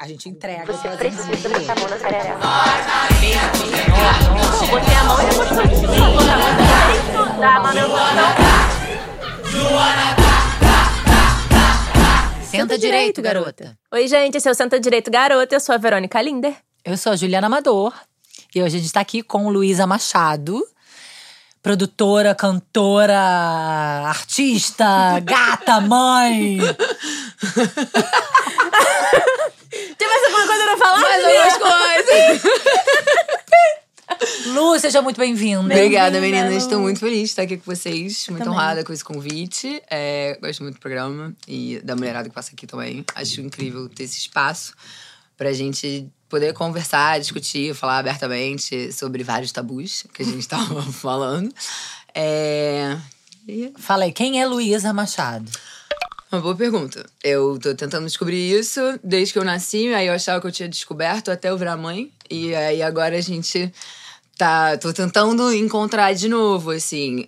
A gente entrega. Você precisa botar a mão na sararela. Botei a mão e depois foi da manutenção. Senta direito, garota. Oi, gente, esse é o Senta Direito, Garota. Eu sou a Verônica Linder. Eu sou a Juliana Amador. E hoje a gente tá aqui com Luísa Machado. Produtora, cantora, artista, gata, mãe. Tem mais alguma coisa pra falar? Mais algumas coisas. Lu, seja muito bem-vinda. Obrigada, meninas. Estou muito feliz de estar aqui com vocês. Muito honrada com esse convite. Gosto muito do programa e da mulherada que passa aqui também. Acho incrível ter esse espaço pra gente poder conversar, discutir, falar abertamente sobre vários tabus que a gente tava falando. Fala aí, quem é Luísa Machado? Uma boa pergunta. Eu tô tentando descobrir isso desde que eu nasci. Aí eu achava que eu tinha descoberto até eu virar mãe. E aí agora a gente tô tentando encontrar de novo, assim.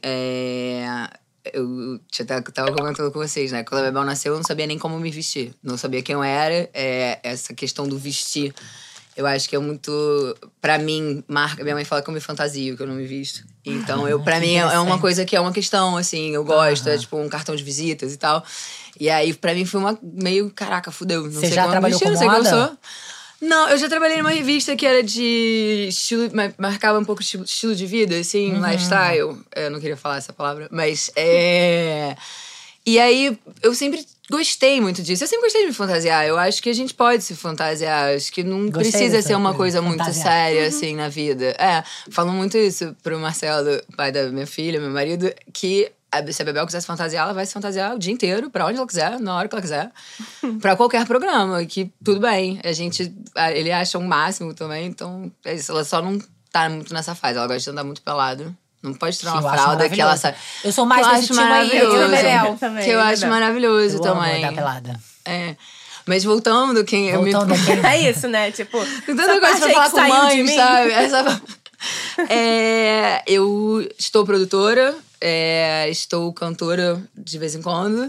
Eu tava comentando com vocês, né? Quando a Bebel nasceu, eu não sabia nem como me vestir. Não sabia quem eu era. Essa questão do vestir, eu acho que é muito… Pra mim, marca… Minha mãe fala que eu me fantasio, que eu não me visto. Então, pra mim, é uma coisa que é uma questão, assim. Eu gosto, é tipo um cartão de visitas e tal. E aí, pra mim, foi uma meio… Caraca, fudeu. Não Você sei já como trabalhou vestir, com não sei quem eu moda? sou. Não, eu já trabalhei numa revista que era de estilo… Marcava um pouco estilo de vida, assim, lifestyle. Eu não queria falar essa palavra, mas… E aí, eu sempre gostei muito disso. Eu sempre gostei de me fantasiar. Eu acho que a gente pode se fantasiar. Acho que não precisa ser uma coisa muito séria, assim, na vida. Falo muito isso pro Marcelo, pai da minha filha, meu marido, que se a Bebel quiser se fantasiar, ela vai se fantasiar o dia inteiro, pra onde ela quiser, na hora que ela quiser. Pra qualquer programa, que tudo bem. Ele acha um máximo também, então é isso. Ela só não tá muito nessa fase. Ela gosta de andar muito pelado. Não pode tirar uma fralda que ela sabe. Eu sou mais desse time aí, que eu acho maravilhoso também. Eu amo andar pelada. Mas voltando, É isso, né? Tipo, tanta coisa pra falar com mãe, sabe? Eu estou produtora, estou cantora de vez em quando,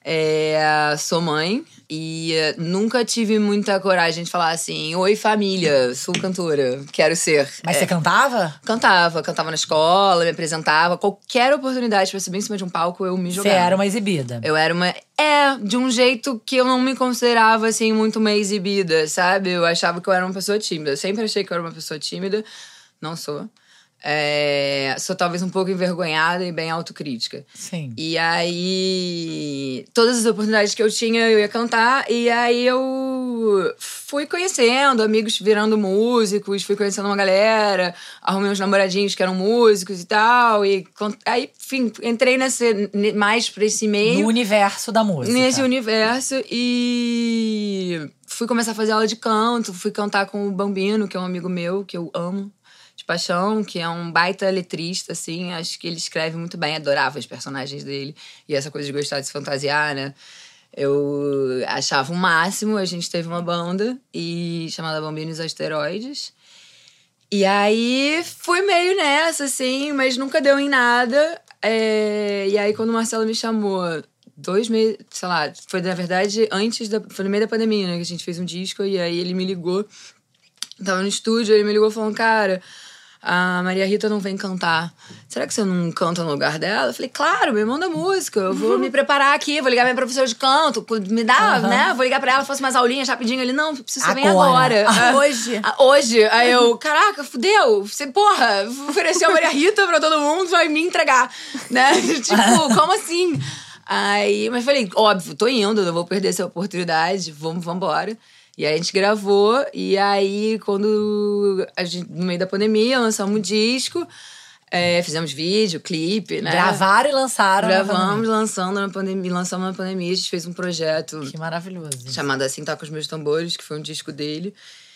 sou mãe e nunca tive muita coragem de falar assim: oi, família, sou cantora, quero ser. Mas você cantava? Cantava na escola, me apresentava. Qualquer oportunidade pra subir em cima de um palco, eu me jogava. Você era uma exibida. Eu era uma… de um jeito que eu não me considerava, assim, muito uma exibida, sabe? Eu achava que eu era uma pessoa tímida. Eu sempre achei que eu era uma pessoa tímida. Não sou. Sou talvez um pouco envergonhada e bem autocrítica. Sim. E aí, todas as oportunidades que eu tinha, eu ia cantar. E aí eu fui conhecendo amigos virando músicos, fui conhecendo uma galera, arrumei uns namoradinhos que eram músicos e tal. E aí, enfim, entrei mais pra esse meio. No universo da música. Nesse universo. E fui começar a fazer aula de canto. Fui cantar com o Bambino, que é um amigo meu, que eu amo de paixão, que é um baita letrista, assim. Acho que ele escreve muito bem, adorava os personagens dele. E essa coisa de gostar de se fantasiar, né? Eu achava o máximo. A gente teve uma banda chamada Bambino e os Asteroides. E aí, fui meio nessa, assim, mas nunca deu em nada. E aí, quando o Marcelo me chamou, 2 meses, sei lá, foi na verdade foi no meio da pandemia, né? Que a gente fez um disco, e aí ele me ligou. Tava no estúdio, ele me ligou falando: cara, a Maria Rita não vem cantar. Será que você não canta no lugar dela? Eu falei: claro, me manda música. Eu vou me preparar aqui, vou ligar minha professora de canto. Me dá, né? Vou ligar pra ela, faço umas aulinhas rapidinho. Ele: não, preciso que você venha agora. Hoje. Aí eu: caraca, fudeu. Você, porra, ofereceu a Maria Rita pra todo mundo, vai me entregar. Né? Tipo, como assim? Aí, mas falei: óbvio, tô indo, não vou perder essa oportunidade. Vamos embora. E aí a gente gravou, e aí quando no meio da pandemia, lançamos um disco, fizemos vídeo, clipe, né? Gravaram e lançaram. Gravamos, lançamos na pandemia, a gente fez um projeto… Que maravilhoso. Chamado Assim Tá Com Os Meus Tambores, que foi um disco dele.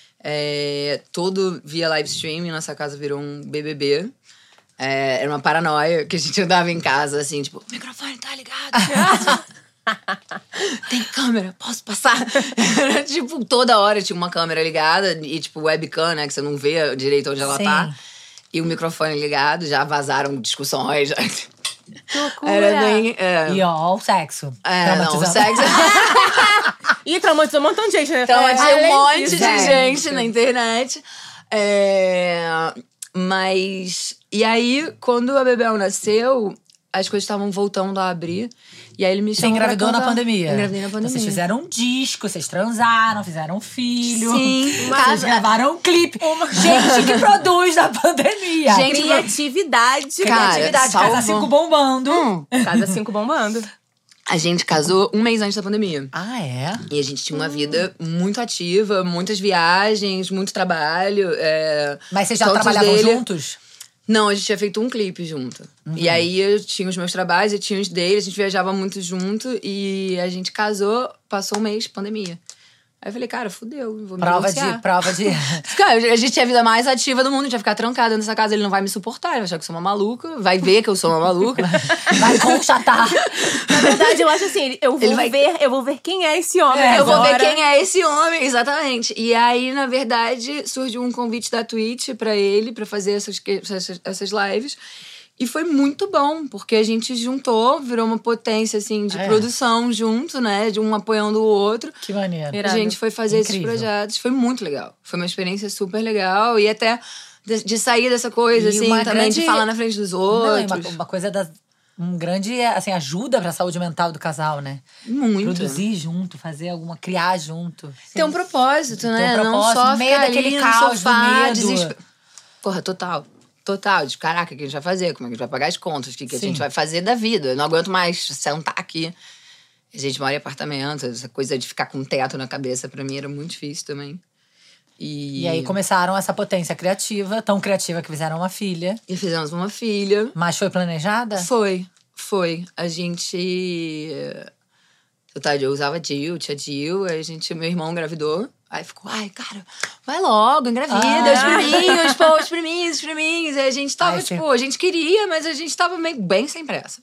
Todo via live streaming, nossa casa virou um BBB. Era uma paranoia que a gente andava em casa, assim, tipo, o microfone tá ligado. Tem câmera, posso passar? Era, tipo, toda hora tinha uma câmera ligada e, tipo, webcam, né? Que você não vê direito onde ela tá. E o microfone ligado, já vazaram discussões. Que loucura! Era bem… E ó, o sexo. Não, o sexo… E traumatizou um montão de gente, né? Traumatizou um monte de disso. gente na internet. Mas... E aí, quando a Bebel nasceu, as coisas estavam voltando a abrir. E aí ele me Você chamou pra engravidou na cantar. pandemia? Engravidei na pandemia. Vocês fizeram um disco, vocês transaram, fizeram um filho. Sim. Vocês gravaram um clipe. Gente que produz na pandemia. Gente, Criatividade. Cara, Criatividade, salvou. Casa 5 bombando. Casa 5 bombando. A gente casou um mês antes da pandemia. Ah, é? E a gente tinha uma vida muito ativa, muitas viagens, muito trabalho. Mas vocês já Todos trabalhavam dele- juntos? Não, a gente tinha feito um clipe junto. E aí eu tinha os meus trabalhos, eu tinha os dele, a gente viajava muito junto. E a gente casou, passou um mês, pandemia. Aí eu falei, cara, fudeu, vou me divorciar. Prova de... Cara, a gente tinha a vida mais ativa do mundo, a gente vai ficar trancada dentro dessa casa, ele não vai me suportar, ele vai achar que eu sou uma maluca, vai ver que eu sou uma maluca. Vai constatar. Na verdade, eu acho assim, eu vou ver quem é esse homem. Eu vou ver agora. quem é esse homem, exatamente. E aí, na verdade, surgiu um convite da Twitch pra ele, pra fazer essas lives. E foi muito bom, porque a gente juntou, virou uma potência, assim, de produção junto, né? De um apoiando o outro. Que maneiro. Irado. A gente foi fazer esses Incrível. projetos. Foi muito legal. Foi uma experiência super legal. E até de sair dessa coisa, E assim, uma também grande- de falar na frente dos Não, outros. e uma coisa um grande, assim, ajuda pra saúde mental do casal, né? Muito. Produzir junto, fazer criar junto. Tem um propósito, né? Tem um propósito, Não só no meio ficar daquele ali no caos do sofá, medo. Porra, total. De caraca, o que a gente vai fazer? Como é que a gente vai pagar as contas? O que a Sim. gente vai fazer da vida? Eu não aguento mais sentar aqui. A gente mora em apartamento, essa coisa de ficar com teto na cabeça, pra mim era muito difícil também. E aí começaram essa potência criativa, tão criativa que fizeram uma filha. E fizemos uma filha. Mas foi planejada? Foi. A gente... Eu usava Jill, tia Jill, aí meu irmão engravidou. Aí ficou, ai, cara, vai logo, engravida, os priminhos. Aí a gente tava, a gente queria, mas a gente tava bem sem pressa.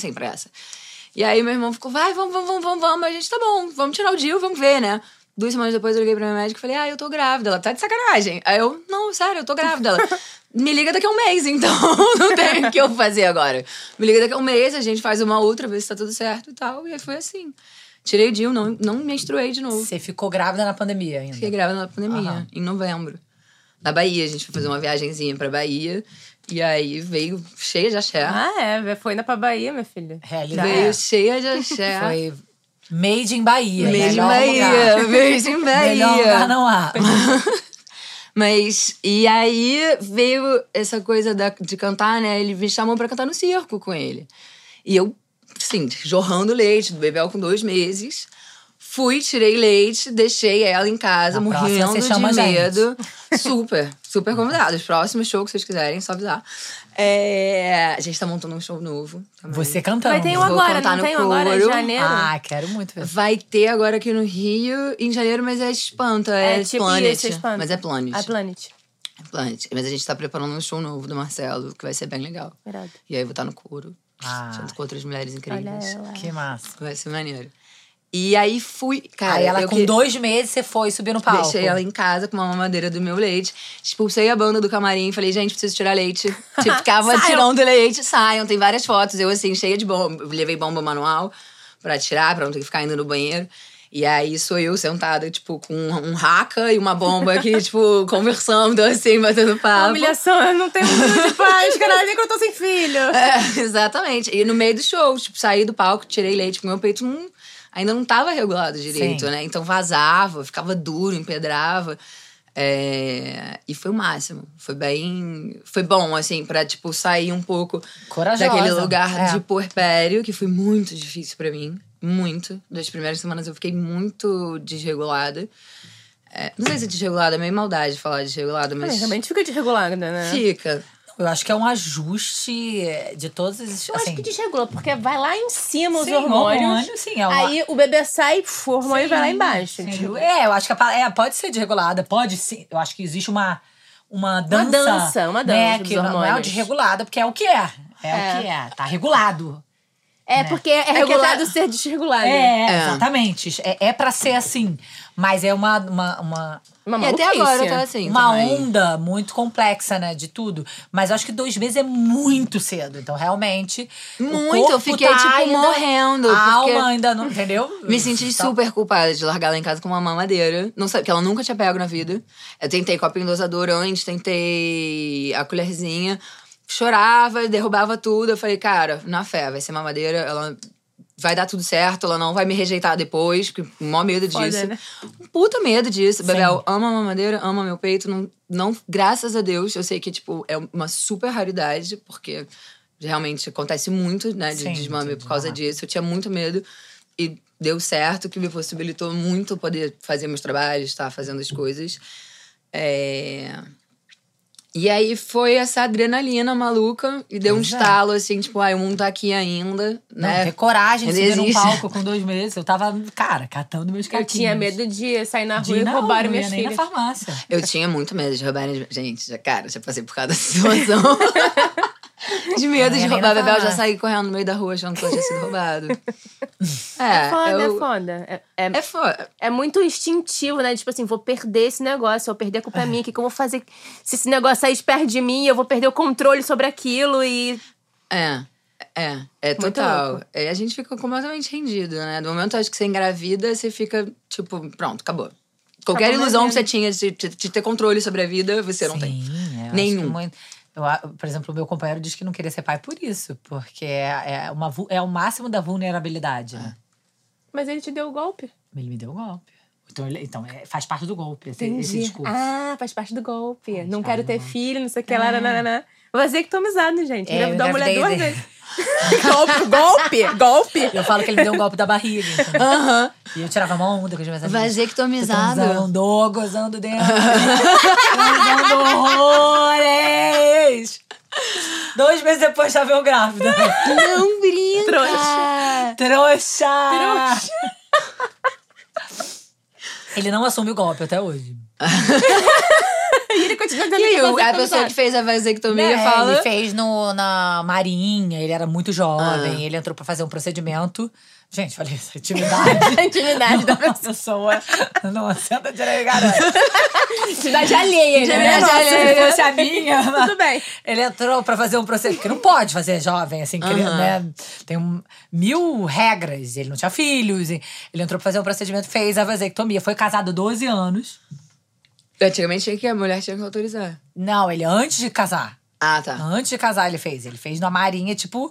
E aí meu irmão ficou, vai, vamos. A gente, tá bom, vamos tirar o Jill, vamos ver, né? 2 semanas depois eu liguei pra minha médica e falei, eu tô grávida. Ela tá de sacanagem. Aí eu, não, sério, eu tô grávida. Ela, me liga daqui a um mês, então não tem o que eu fazer agora. Me liga daqui a um mês, a gente faz uma outra, vê se tá tudo certo e tal. E aí foi assim. Tirei o Jill, não menstruei de novo. Você ficou grávida na pandemia ainda? Fiquei grávida na pandemia, em novembro. Na Bahia, a gente foi fazer uma viagenzinha pra Bahia. E aí veio cheia de axé. Foi ainda pra Bahia, minha filha. Veio cheia de axé. Foi made in Bahia. Made in melhor Bahia. lugar. Made in Bahia. Melhor lugar não há. Mas, e aí veio essa coisa de cantar, né? Ele me chamou pra cantar no circo com ele. E eu, assim, jorrando leite do Bebel com 2 meses. Fui, tirei leite, deixei ela em casa, Na próxima morrendo você chama de a gente. medo. Super convidados. Próximo show que vocês quiserem, só avisar. A gente tá montando um show novo também. Você cantando. Vai ter um Vou agora, cantar não no tem um agora? Em coro. janeiro? Ah, quero muito ver. Vai ter agora aqui no Rio, em janeiro, mas é Espanta, é tipo Planet. isso, Espanta. Mas é Planet. A Planet. Planet. Mas a gente tá preparando um show novo do Marcelo, que vai ser bem legal. Irado. E aí eu vou estar no coro, Ah, junto com outras mulheres incríveis. Olha ela. que massa. Vai ser maneiro. E aí fui, cara. Aí ela eu com 2 meses, você foi subir no palco. Deixei ela em casa com uma mamadeira do meu leite. Expulsei a banda do camarim. Falei, gente, preciso tirar leite. Tipo, ficava tirando leite. Saiam, tem várias fotos. Eu, assim, cheia de bomba. Levei bomba manual pra tirar, pra não ter que ficar indo no banheiro. E aí, sou eu sentada, tipo, com um raca e uma bomba aqui, tipo, conversando, assim, batendo papo. Humilhação, eu não tenho muito de paz, caralho, nem que eu tô sem filho. Exatamente. E no meio do show, tipo, saí do palco, tirei leite, porque meu peito ainda não tava regulado direito, Sim. né? Então vazava, ficava duro, empedrava. E foi o máximo. Foi bom, assim, pra, tipo, sair um pouco Corajosa. daquele lugar É. de puerpério, que foi muito difícil pra mim. Muito. Das primeiras semanas eu fiquei muito desregulada. Não sei se é desregulada, é meio maldade falar desregulada, mas. Realmente fica desregulada, né? Fica. Eu acho que é um ajuste de todos esses. Eu acho que desregula, porque vai lá em cima os Sim, hormônios. hormônio, sim, é uma- Aí o bebê sai, o hormônio vai lá embaixo. Sim. Tipo, Eu acho que pode ser desregulada, pode sim. Eu acho que existe uma dança. dança né, dos que não é o hormônios. desregulada, porque é o que é. É o que é. Tá regulado. É, porque é regulado ser desregulado. Exatamente. É pra ser assim. Mas é uma E até agora tá assim uma também. onda muito complexa, né, de tudo. Mas eu acho que 2 meses é muito cedo. Então, realmente, Muito, o corpo eu fiquei, tá tipo, ainda, morrendo, A porque- alma ainda não, entendeu? Me senti Tá. super culpada de largar ela em casa com uma mamadeira. Não sabe, porque ela nunca tinha pego na vida. Eu tentei copinho dosador antes, tentei a colherzinha. Chorava, derrubava tudo. Eu falei, cara, na fé, vai ser mamadeira. Ela vai dar tudo certo, ela não vai me rejeitar depois. Porque o maior medo Foda, disso. né? Um puta medo disso. Sim. Bebel ama mamadeira, ama meu peito. Não, graças a Deus, eu sei que, tipo, é uma super raridade. Porque realmente acontece muito, né, de Sim, desmame de por causa desmamar. disso. Eu tinha muito medo. E deu certo, que me possibilitou muito poder fazer meus trabalhos, estar fazendo as coisas. E aí foi essa adrenalina maluca e deu um Pois é. estalo, assim, tipo, o mundo tá aqui ainda, Não, né? ter coragem de Ainda subir num existe. palco com 2 meses. Eu tava, cara, catando meus Eu caquinhos. tinha medo de sair na de rua e não, roubarem não ia minhas nem filhas. na farmácia. Eu tinha muito medo de roubarem. Gente, já passei por cada situação. De medo Não de ia nem roubar. na Bebel já farmácia. saí correndo no meio da rua achando que eu tinha sido roubado. É eu- foda. É foda. É muito instintivo, né? Tipo assim, vou perder esse negócio, vou perder a culpa é minha. O que eu vou fazer se esse negócio sair de perto de mim? Eu vou perder o controle sobre aquilo e... É Muito total. louco. A gente fica completamente rendido, né? Do momento acho que você engravida, você fica, tipo, pronto, acabou. Qualquer Acabou ilusão minha que você tinha de ter controle sobre a vida, você não tem. Sim, eu acho Nenhum. que muito- por exemplo, o meu companheiro diz que não queria ser pai por isso. Porque é o máximo da vulnerabilidade, né? Mas ele te deu o golpe. Ele me deu o golpe. Então faz parte do golpe esse discurso. Ah, faz parte do golpe. Faz não parte quero do ter golpe. filho, não sei o que lá, nananã. Vasectomizado, gente. É, eu Engravidou a mulher duas engravidei vezes. Golpe. Eu falo que ele me deu um golpe da barriga. Entendeu? Aham. E eu tirava uma onda com as minhas amigas. Vasectomizado. Gozando dentro. Gozando horrores. 2 meses depois tava eu grávida. Não brinca! Trouxa! Ele não assume o golpe até hoje. E ele continua dizendo E aí, que a vasectomizado. pessoa que fez a vasectomia Né, fala... Ele fez na Marinha, ele era muito jovem, ele entrou pra fazer um procedimento. Gente, falei, essa intimidade. A intimidade da pessoa não senta direito, garante. Intimidade alheia, né? Intimidade Nossa, alheia. Se fosse a minha. Tudo bem. Ele entrou pra fazer um procedimento. Porque não pode fazer jovem, assim, né? Tem 1000 regras. Ele não tinha filhos. Ele entrou pra fazer um procedimento, fez a vasectomia. Foi casado 12 anos. Antigamente a mulher tinha que autorizar. Não, ele antes de casar. Ah, tá. Antes de casar, ele fez. Ele fez na Marinha, tipo,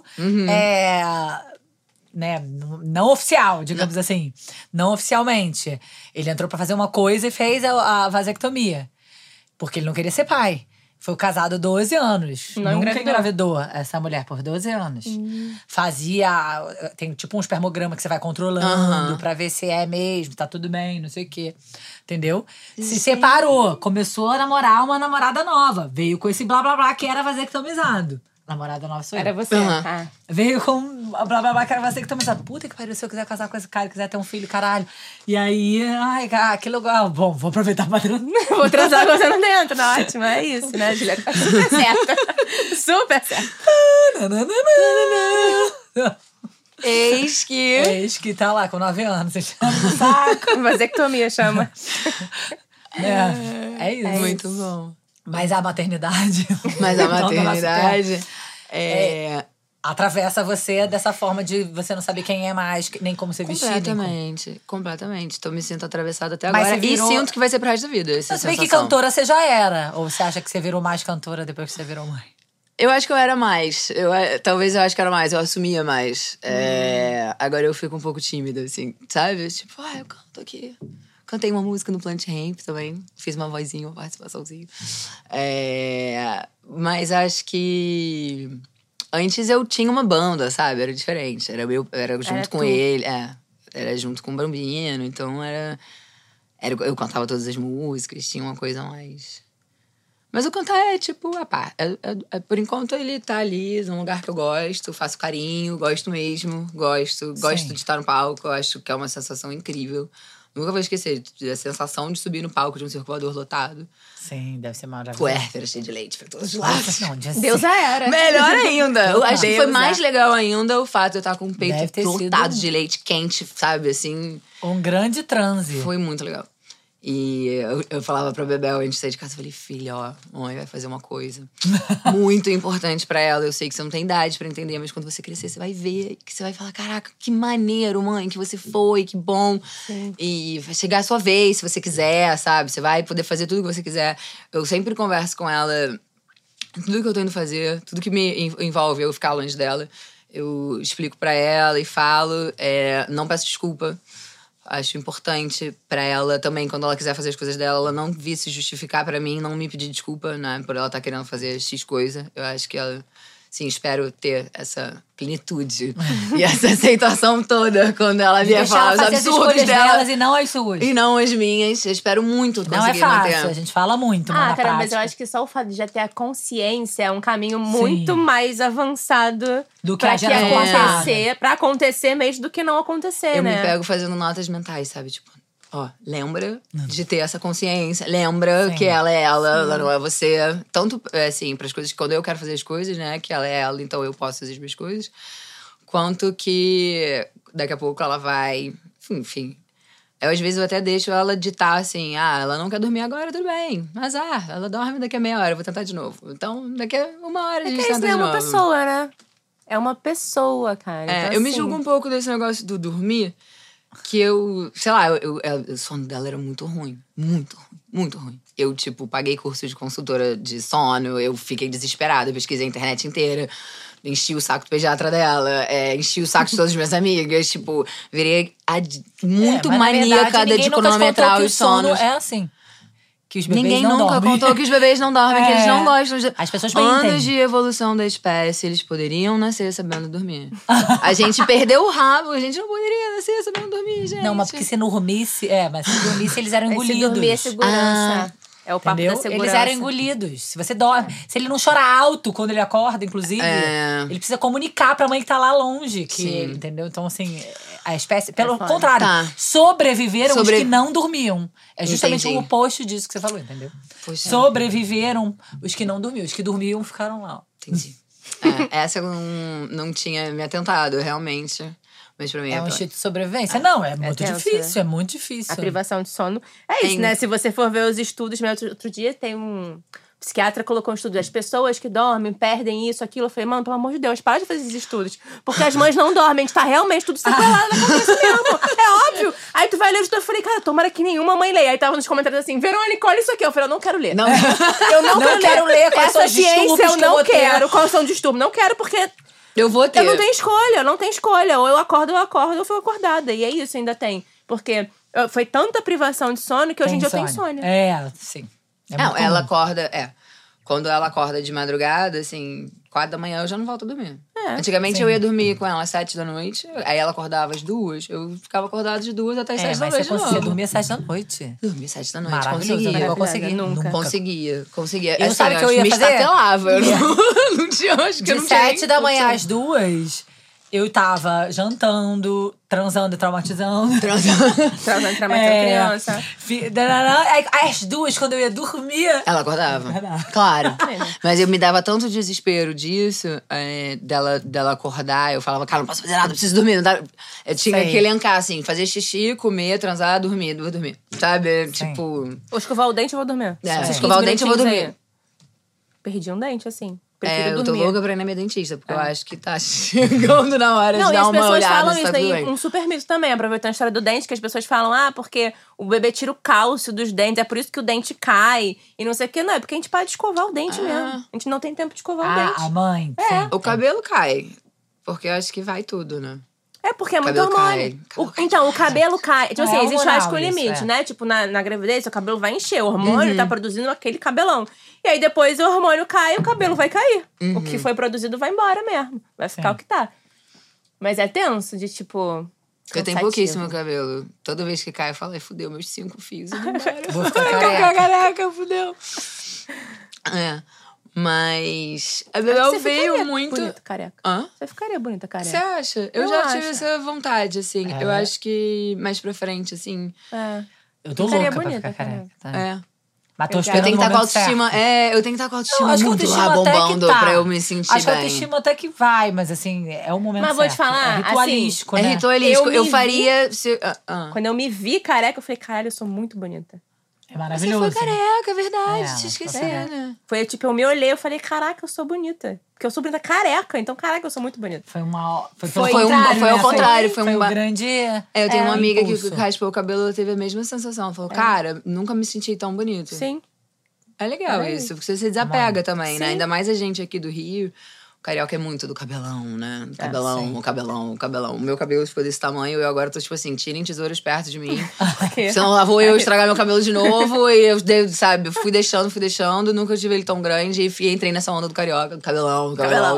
né, não oficial, digamos assim. Não oficialmente. Ele entrou pra fazer uma coisa e fez a vasectomia. Porque ele não queria ser pai. Foi casado 12 anos. Não Nunca engravidou. engravidou essa mulher por 12 anos. Fazia. Tem tipo um espermograma que você vai controlando pra ver se é mesmo, tá tudo bem, não sei o quê. Entendeu? Se separou. Começou a namorar uma namorada nova. Veio com esse blá blá blá que era vasectomizado. Namorada nova sou eu. Era você. Ah. Veio com blá blá blá que era vasectomizado. Puta que pariu, se eu quiser casar com esse cara, quiser ter um filho, caralho. E aí, ai, que legal. Bom, vou aproveitar pra Vou transar com você não dentro. Não, ótimo, é isso, né, Juliana? Tá super certa. Super certa. Eis que... Eis que tá lá com 9 anos, você chama no saco. Vasectomia chama. É isso. Muito bom. Mas a maternidade. Mas a então, do nosso tempo, maternidade... atravessa você dessa forma de você não saber quem é mais, nem como ser vestido. Completamente. Então me sinto atravessada até Mas agora. você virou- E sinto que vai ser pro resto da vida. Essa Mas se bem que sensação. cantora você já era. Ou você acha que você virou mais cantora depois que você virou mãe? Eu acho que eu era mais. Talvez eu acho que era mais. Eu assumia mais. Agora eu fico um pouco tímida, assim. Sabe? Tipo, eu canto aqui. Cantei uma música no Plant Ramp também. Fiz uma vozinha, uma participaçãozinha. Mas acho que... Antes eu tinha uma banda, sabe? Era diferente. Era junto Era com tu. ele. Era junto com o Bambino. Então eu cantava todas as músicas. Tinha uma coisa mais... Mas o cantar é tipo a par. Por enquanto ele tá ali num lugar que eu gosto, faço carinho, gosto mesmo, gosto Sim. de estar no palco, eu acho que é uma sensação incrível. Nunca vou esquecer a sensação de subir no palco de um circulador lotado. Sim, deve ser maravilhoso. Puérpera, cheio de leite pra todos os lados. Não, de Deus já era. Melhor ainda. Eu acho que foi Deus mais é. legal ainda o fato de eu estar com o Deve peito ter lotado sido- de leite quente, sabe? Assim, Um grande transe. foi muito legal. E eu falava pra Bebel, a gente saía de casa, eu falei, filha, ó, mãe vai fazer uma coisa muito importante pra ela. Eu sei que você não tem idade pra entender, mas quando você crescer, você vai ver, que você vai falar, caraca, que maneiro, mãe, que você foi, que bom. Sim. E vai chegar a sua vez, se você quiser, sabe? Você vai poder fazer tudo que você quiser. Eu sempre converso com ela, tudo que eu tô indo fazer, tudo que me envolve eu ficar longe dela, eu explico pra ela e falo, não peço desculpa. Acho importante pra ela também, quando ela quiser fazer as coisas dela, ela não vir se justificar pra mim, não me pedir desculpa, né? Por ela estar querendo fazer X coisa. Eu acho que ela, sim, espero ter essa plenitude e essa aceitação toda quando ela vier Deixar falar ela os fazer as absurdos escolhas dela. delas e não as suas. E não as minhas. Eu espero muito Não é conseguir fácil, manter. a gente fala muito, mas Ah, na cara, mas eu prática- acho que só o fato de já ter a consciência é um caminho muito mais avançado Do que pra a geração acontecer, pra acontecer mesmo do que não acontecer, Eu né? me pego fazendo notas mentais, sabe? Tipo, ó, lembra de ter essa consciência. Lembra Sim. que ela é ela não é você. Tanto, assim, pras coisas que quando eu quero fazer as coisas, né? Que ela é ela, então eu posso fazer as minhas coisas. Quanto que daqui a pouco ela vai… Enfim. Eu, às vezes, eu até deixo ela ditar assim… Ah, ela não quer dormir agora, tudo bem. Azar, ela dorme daqui a meia hora, eu vou tentar de novo. Então, daqui a uma hora a gente Porque isso tenta não é de uma novo. pessoa, né? É uma pessoa, cara. Então, Eu me assim, julgo um pouco desse negócio do dormir, que eu, sei lá, o sono dela era muito ruim. Muito ruim, muito ruim. Eu, tipo, paguei curso de consultora de sono, eu fiquei desesperada, pesquisei a internet inteira, enchi o saco do pediatra dela, enchi o saco de todas as minhas amigas, tipo, virei muito mas, na maníaca verdade, de ninguém nunca te cronometrar contou que os o sono sonos. é assim. Que os bebês Ninguém não nunca dormem. contou que os bebês não dormem, que eles não gostam de… As pessoas mentem. Anos de evolução da espécie, eles poderiam nascer sabendo dormir. A gente perdeu o rabo, a gente não poderia nascer sabendo dormir, gente. Não, mas porque se não dormisse… mas se dormisse, eles eram Se engolidos. dormir é segurança. É o papo Entendeu? da segurança. Eles eram engolidos. Se você dorme… Se ele não chora alto quando ele acorda, inclusive… Ele precisa comunicar pra mãe que tá lá longe. Que Sim. ele, entendeu? Então, assim… A espécie… Pelo foda. contrário. Tá. Sobreviveram os que não dormiam. É justamente Entendi. o oposto disso que você falou, entendeu? Poxa. Sobreviveram os que não dormiam. Os que dormiam ficaram lá. Entendi. Essa eu não tinha me atentado, realmente. Mas pra mim É um é instinto de sobrevivência. Não, é muito tenso, difícil. É muito difícil. A privação de sono. É isso, né? Se você for ver os estudos, outro dia tem um psiquiatra colocou um estudo das pessoas que dormem, perdem isso, aquilo. Eu falei, mano, pelo amor de Deus, para de fazer esses estudos. Porque as mães não dormem, a gente tá realmente tudo sequelado na cabeça mesmo. É óbvio. Aí tu vai ler o estudo, eu falei, cara, tomara que nenhuma mãe leia. Aí tava nos comentários assim, Verônica, olha isso aqui. Eu falei, eu não quero ler. Não. Eu não, quero ler quais são essa os ciência, distúrbios eu que eu não vou ter. quero. Quais são os distúrbios? Não quero, porque Eu vou ter. eu não tenho escolha. Ou eu acordo, ou eu fico acordada. E é isso, ainda tem. Porque foi tanta privação de sono que hoje em dia eu tenho insônia. Sim. Não, muito ela comum. acorda… Quando ela acorda de madrugada, assim, 4 da manhã, eu já não volto a dormir. Antigamente eu ia dormir com ela às 7 da noite, aí ela acordava às 2, eu ficava acordada de 2 até às 7 da Mas noite você de conseguia novo. dormir às 7 da noite. Dormia às 7 da noite, Maravilhoso, eu não vou conseguir. Nunca. Conseguia. Eu sabe o que eu ia me fazer? estatelava. Eu não tinha, acho que eu De não tinha 7 da manhã opção. às 2, eu tava jantando, transando e traumatizando. Trazendo criança. Aí, às 2, quando eu ia dormir… Ela acordava. Claro. Mas eu me dava tanto desespero disso, dela acordar. Eu falava, cara, não posso fazer nada, preciso dormir. Não dá. Eu tinha Sei. que elencar, assim, fazer xixi, comer, transar, dormir, vou dormir. Sabe? Sim. Tipo… Ou escovar o dente, eu vou dormir. Se Esses escovar o 15 dente, eu vou minutinhos dormir. aí. Perdi um dente, assim. Prefiro Eu tô dormir. louca pra ir na minha dentista, porque eu acho que tá chegando na hora Não, de e dar as uma pessoas olhada falam se isso tá tudo aí, bem. um super mito também, aproveitando a história do dente, que as pessoas falam, porque o bebê tira o cálcio dos dentes, é por isso que o dente cai, e não sei o que, não, é porque a gente para de escovar o dente mesmo. A gente não tem tempo de escovar o dente. A mãe. Sim. O cabelo cai, porque eu acho que vai tudo, né? É porque é muito Cabelo hormônio. cai. Então, o cabelo cai. Tipo É assim, existe hormonal faz com isso, limite, é. né? Tipo, na gravidez, seu cabelo vai encher. O hormônio tá produzindo aquele cabelão. E aí, depois, o hormônio cai e o cabelo vai cair. O que foi produzido vai embora mesmo. Vai ficar Sim. o que tá. Mas é tenso de, tipo… Eu tenho cansativo. pouquíssimo cabelo. Toda vez que cai, eu falo, fudeu, meus 5 fios. Vou ficar Vai ficar careca. careca, fudeu. Mas a Bebel veio muito... bonita careca. Hã? Você ficaria bonita careca. Você acha? Eu já tive essa vontade, assim. Eu acho que mais pra frente, assim... Eu tô louca pra ficar careca. Tá? Mas tô esperando eu tenho que estar com a autoestima. Eu tenho que estar com a autoestima acho que muito autoestima lá até que bombando tá. pra eu me sentir Acho que a bem. autoestima até que vai, mas assim, é o momento Mas vou te certo. falar, É ritualístico, assim, né? É ritualístico. Eu me faria... Quando eu me vi careca, eu falei, caralho, eu sou muito bonita. É Você maravilhoso. foi careca, é verdade. É, Te esqueci, foi né? Foi tipo, eu me olhei, eu falei, caraca, eu sou bonita. Porque eu sou bonita careca, então, caraca, eu sou muito bonita. Foi ao contrário. Foi um grande... Eu tenho uma amiga impulso. que raspou o cabelo, ela teve a mesma sensação. Falou, cara, nunca me senti tão bonita. Sim. É legal isso, porque você se desapega também, né? Sim. Ainda mais a gente aqui do Rio. O carioca é muito do cabelão, né? O cabelão. O meu cabelo ficou desse tamanho e eu agora tô tipo assim, tirem tesouras perto de mim. Senão lá vou eu estragar meu cabelo de novo. E eu, sabe, fui deixando. Nunca tive ele tão grande. E entrei nessa onda do carioca. Cabelão.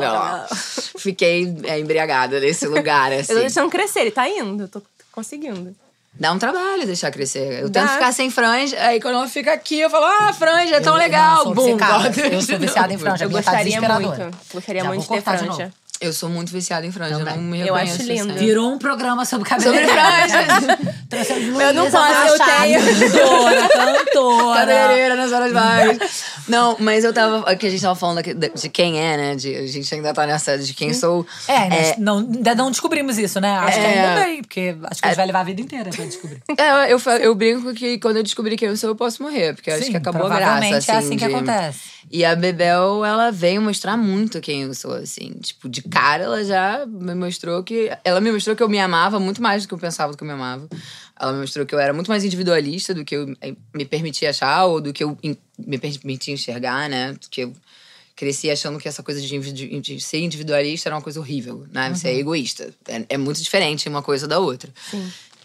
Fiquei embriagada nesse lugar, assim. Eu tô deixando crescer, ele tá indo, eu tô conseguindo. Dá um trabalho deixar crescer. Eu tento ficar sem franja, aí quando ela fica aqui, eu falo, franja, é tão legal. Eu sou viciada em franja. Eu gostaria muito de ter franja. Eu sou muito viciada em franja, Também. não me Eu reconheço. acho lindo. assim. Virou um programa sobre cabelo. Sobre franja. Eu não posso, eu tenho. Cantora. Cabeleireira nas horas vagas. Não, mas eu tava... Aqui a gente tava falando de quem é, né? A gente ainda tá nessa de quem sou. Ainda não descobrimos isso, né? Acho que ainda bem, porque acho que a gente vai levar a vida inteira pra descobrir. Eu brinco que quando eu descobrir quem eu sou, eu posso morrer. Porque eu acho que acabou a graça, provavelmente assim. é assim que acontece. E a Bebel, ela veio mostrar muito quem eu sou, assim. Tipo, de cara, ela já me mostrou que... Ela me mostrou que eu me amava muito mais do que eu pensava que eu me amava. Ela me mostrou que eu era muito mais individualista do que eu me permitia achar ou do que eu me permitia enxergar, né? Que eu cresci achando que essa coisa de ser individualista era uma coisa horrível, né? Você é egoísta. É muito diferente uma coisa da outra. Sim.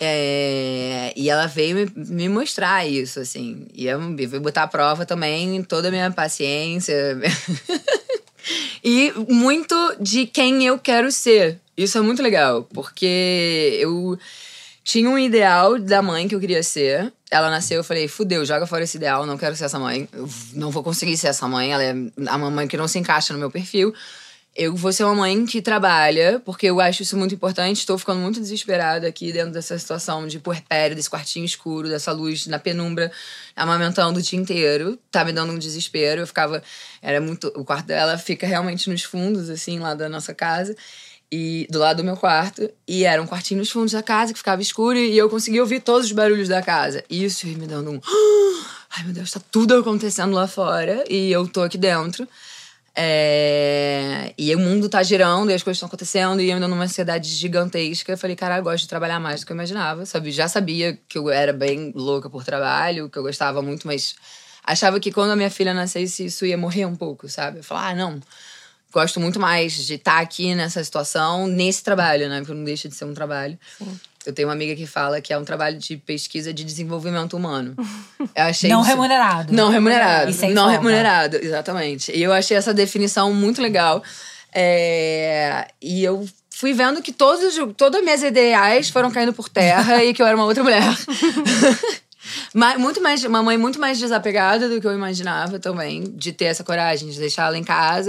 E ela veio me mostrar isso, assim. E eu veio botar à prova também toda a minha paciência. E muito de quem eu quero ser. Isso é muito legal, porque eu tinha um ideal da mãe que eu queria ser. Ela nasceu, eu falei, fudeu, joga fora esse ideal, não quero ser essa mãe. Eu não vou conseguir ser essa mãe, ela é a mamãe que não se encaixa no meu perfil. Eu vou ser uma mãe que trabalha, porque eu acho isso muito importante. Estou ficando muito desesperada aqui dentro dessa situação de puerpério, desse quartinho escuro, dessa luz na penumbra, amamentando o dia inteiro. Tá me dando um desespero. Eu ficava... O quarto dela fica realmente nos fundos, assim, lá da nossa casa. E do lado do meu quarto. E era um quartinho nos fundos da casa, que ficava escuro. E eu conseguia ouvir todos os barulhos da casa. E isso ia me dando um... Ai, meu Deus, tá tudo acontecendo lá fora. E eu tô aqui dentro. E o mundo tá girando, e as coisas estão acontecendo, e eu ainda numa ansiedade gigantesca. Eu falei, cara, eu gosto de trabalhar mais do que eu imaginava, sabe? Já sabia que eu era bem louca por trabalho, que eu gostava muito, mas achava que quando a minha filha nascesse, isso ia morrer um pouco, sabe? Eu falei, não, gosto muito mais de estar aqui nessa situação, nesse trabalho, né? Porque não deixa de ser um trabalho. Sim. Eu tenho uma amiga que fala que é um trabalho de pesquisa de desenvolvimento humano. Eu achei não isso... remunerado. Não remunerado. E sem não folga. remunerado, exatamente. E eu achei essa definição muito legal. E eu fui vendo que todas as minhas ideais foram caindo por terra e que eu era uma outra mulher. Uma mãe muito mais desapegada do que eu imaginava também. De ter essa coragem, de deixar ela em casa.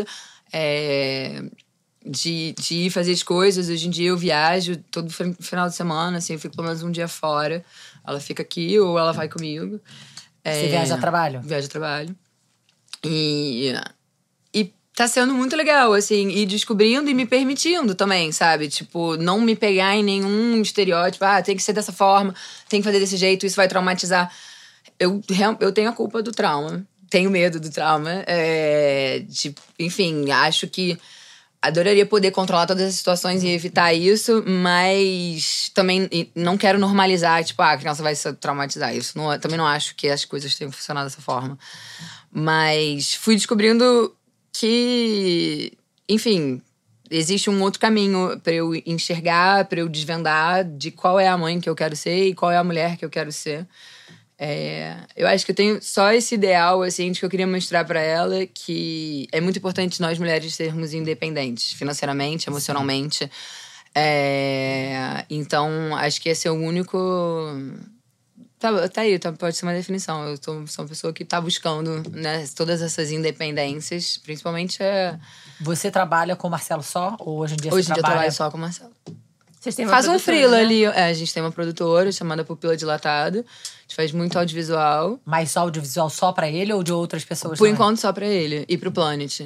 De ir fazer as coisas. Hoje em dia eu viajo todo final de semana, assim, eu fico pelo menos um dia fora. Ela fica aqui ou ela vai comigo. Você viaja a trabalho? Viaja a trabalho. E tá sendo muito legal, assim, ir descobrindo e me permitindo também, sabe? Tipo, não me pegar em nenhum estereótipo. Tem que ser dessa forma, tem que fazer desse jeito, isso vai traumatizar. Eu tenho a culpa do trauma. Tenho medo do trauma. Enfim, acho que adoraria poder controlar todas as situações e evitar isso, mas também não quero normalizar, tipo, a criança vai se traumatizar. Isso também não acho que as coisas tenham funcionado dessa forma. Mas fui descobrindo que, enfim, existe um outro caminho pra eu enxergar, pra eu desvendar de qual é a mãe que eu quero ser e qual é a mulher que eu quero ser. Eu acho que eu tenho só esse ideal, assim, de que eu queria mostrar pra ela que é muito importante nós mulheres sermos independentes, financeiramente, emocionalmente. Então, acho que esse é o único Tá aí, pode ser uma definição. Eu sou uma pessoa que tá buscando, né, todas essas independências, principalmente Você trabalha com o Marcelo só? Ou hoje em dia Hoje você em dia eu trabalha... trabalho só com o Marcelo. Vocês têm uma Faz um produtora, freela né? ali. A gente tem uma produtora chamada Pupila Dilatada. A gente faz muito audiovisual. Mas só audiovisual só pra ele ou de outras pessoas Por também? enquanto, só pra ele. E pro Planet.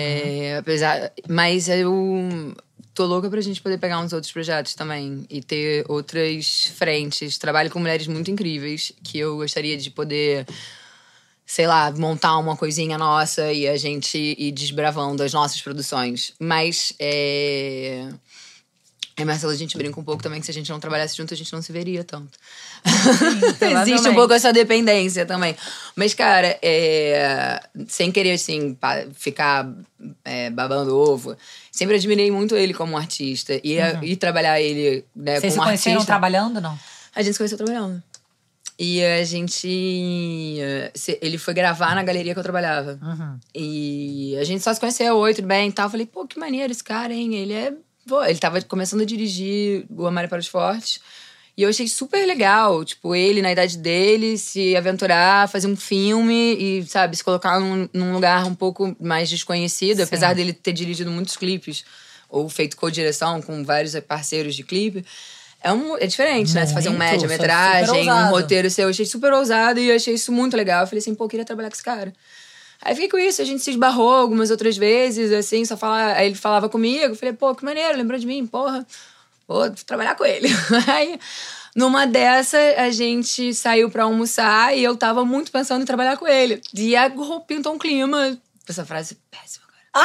Mas eu tô louca pra gente poder pegar uns outros projetos também. E ter outras frentes. Trabalho com mulheres muito incríveis. Que eu gostaria de poder... sei lá, montar uma coisinha nossa e a gente ir desbravando as nossas produções. Mas, Marcelo, a gente brinca um pouco também que se a gente não trabalhasse junto, a gente não se veria tanto. Existe um pouco essa dependência também. Mas, cara, sem querer, assim, ficar babando ovo, sempre admirei muito ele como artista. E trabalhar ele, né, Vocês se como conheceram artista... trabalhando, não? A gente se conheceu trabalhando. E a gente... Ele foi gravar na galeria que eu trabalhava. E a gente só se conheceu, oi, tudo bem e tal. Eu falei, pô, que maneiro esse cara, hein? Ele tava começando a dirigir o Amário para os Fortes. E eu achei super legal, tipo, ele, na idade dele, se aventurar, fazer um filme e, sabe, se colocar num lugar um pouco mais desconhecido. Sim. Apesar dele ter dirigido muitos clipes, ou feito co-direção com vários parceiros de clipe. É diferente, né? Você fazer um Muito, média-metragem, super um ousado. roteiro seu. Eu achei super ousado e eu achei isso muito legal. Eu falei assim, pô, eu queria trabalhar com esse cara. Aí fiquei com isso, a gente se esbarrou algumas outras vezes, assim, aí ele falava comigo. Eu falei, pô, que maneiro, lembrou de mim? Porra, vou trabalhar com ele. Aí, numa dessa, a gente saiu pra almoçar e eu tava muito pensando em trabalhar com ele. E pintou um clima. Essa frase é péssima,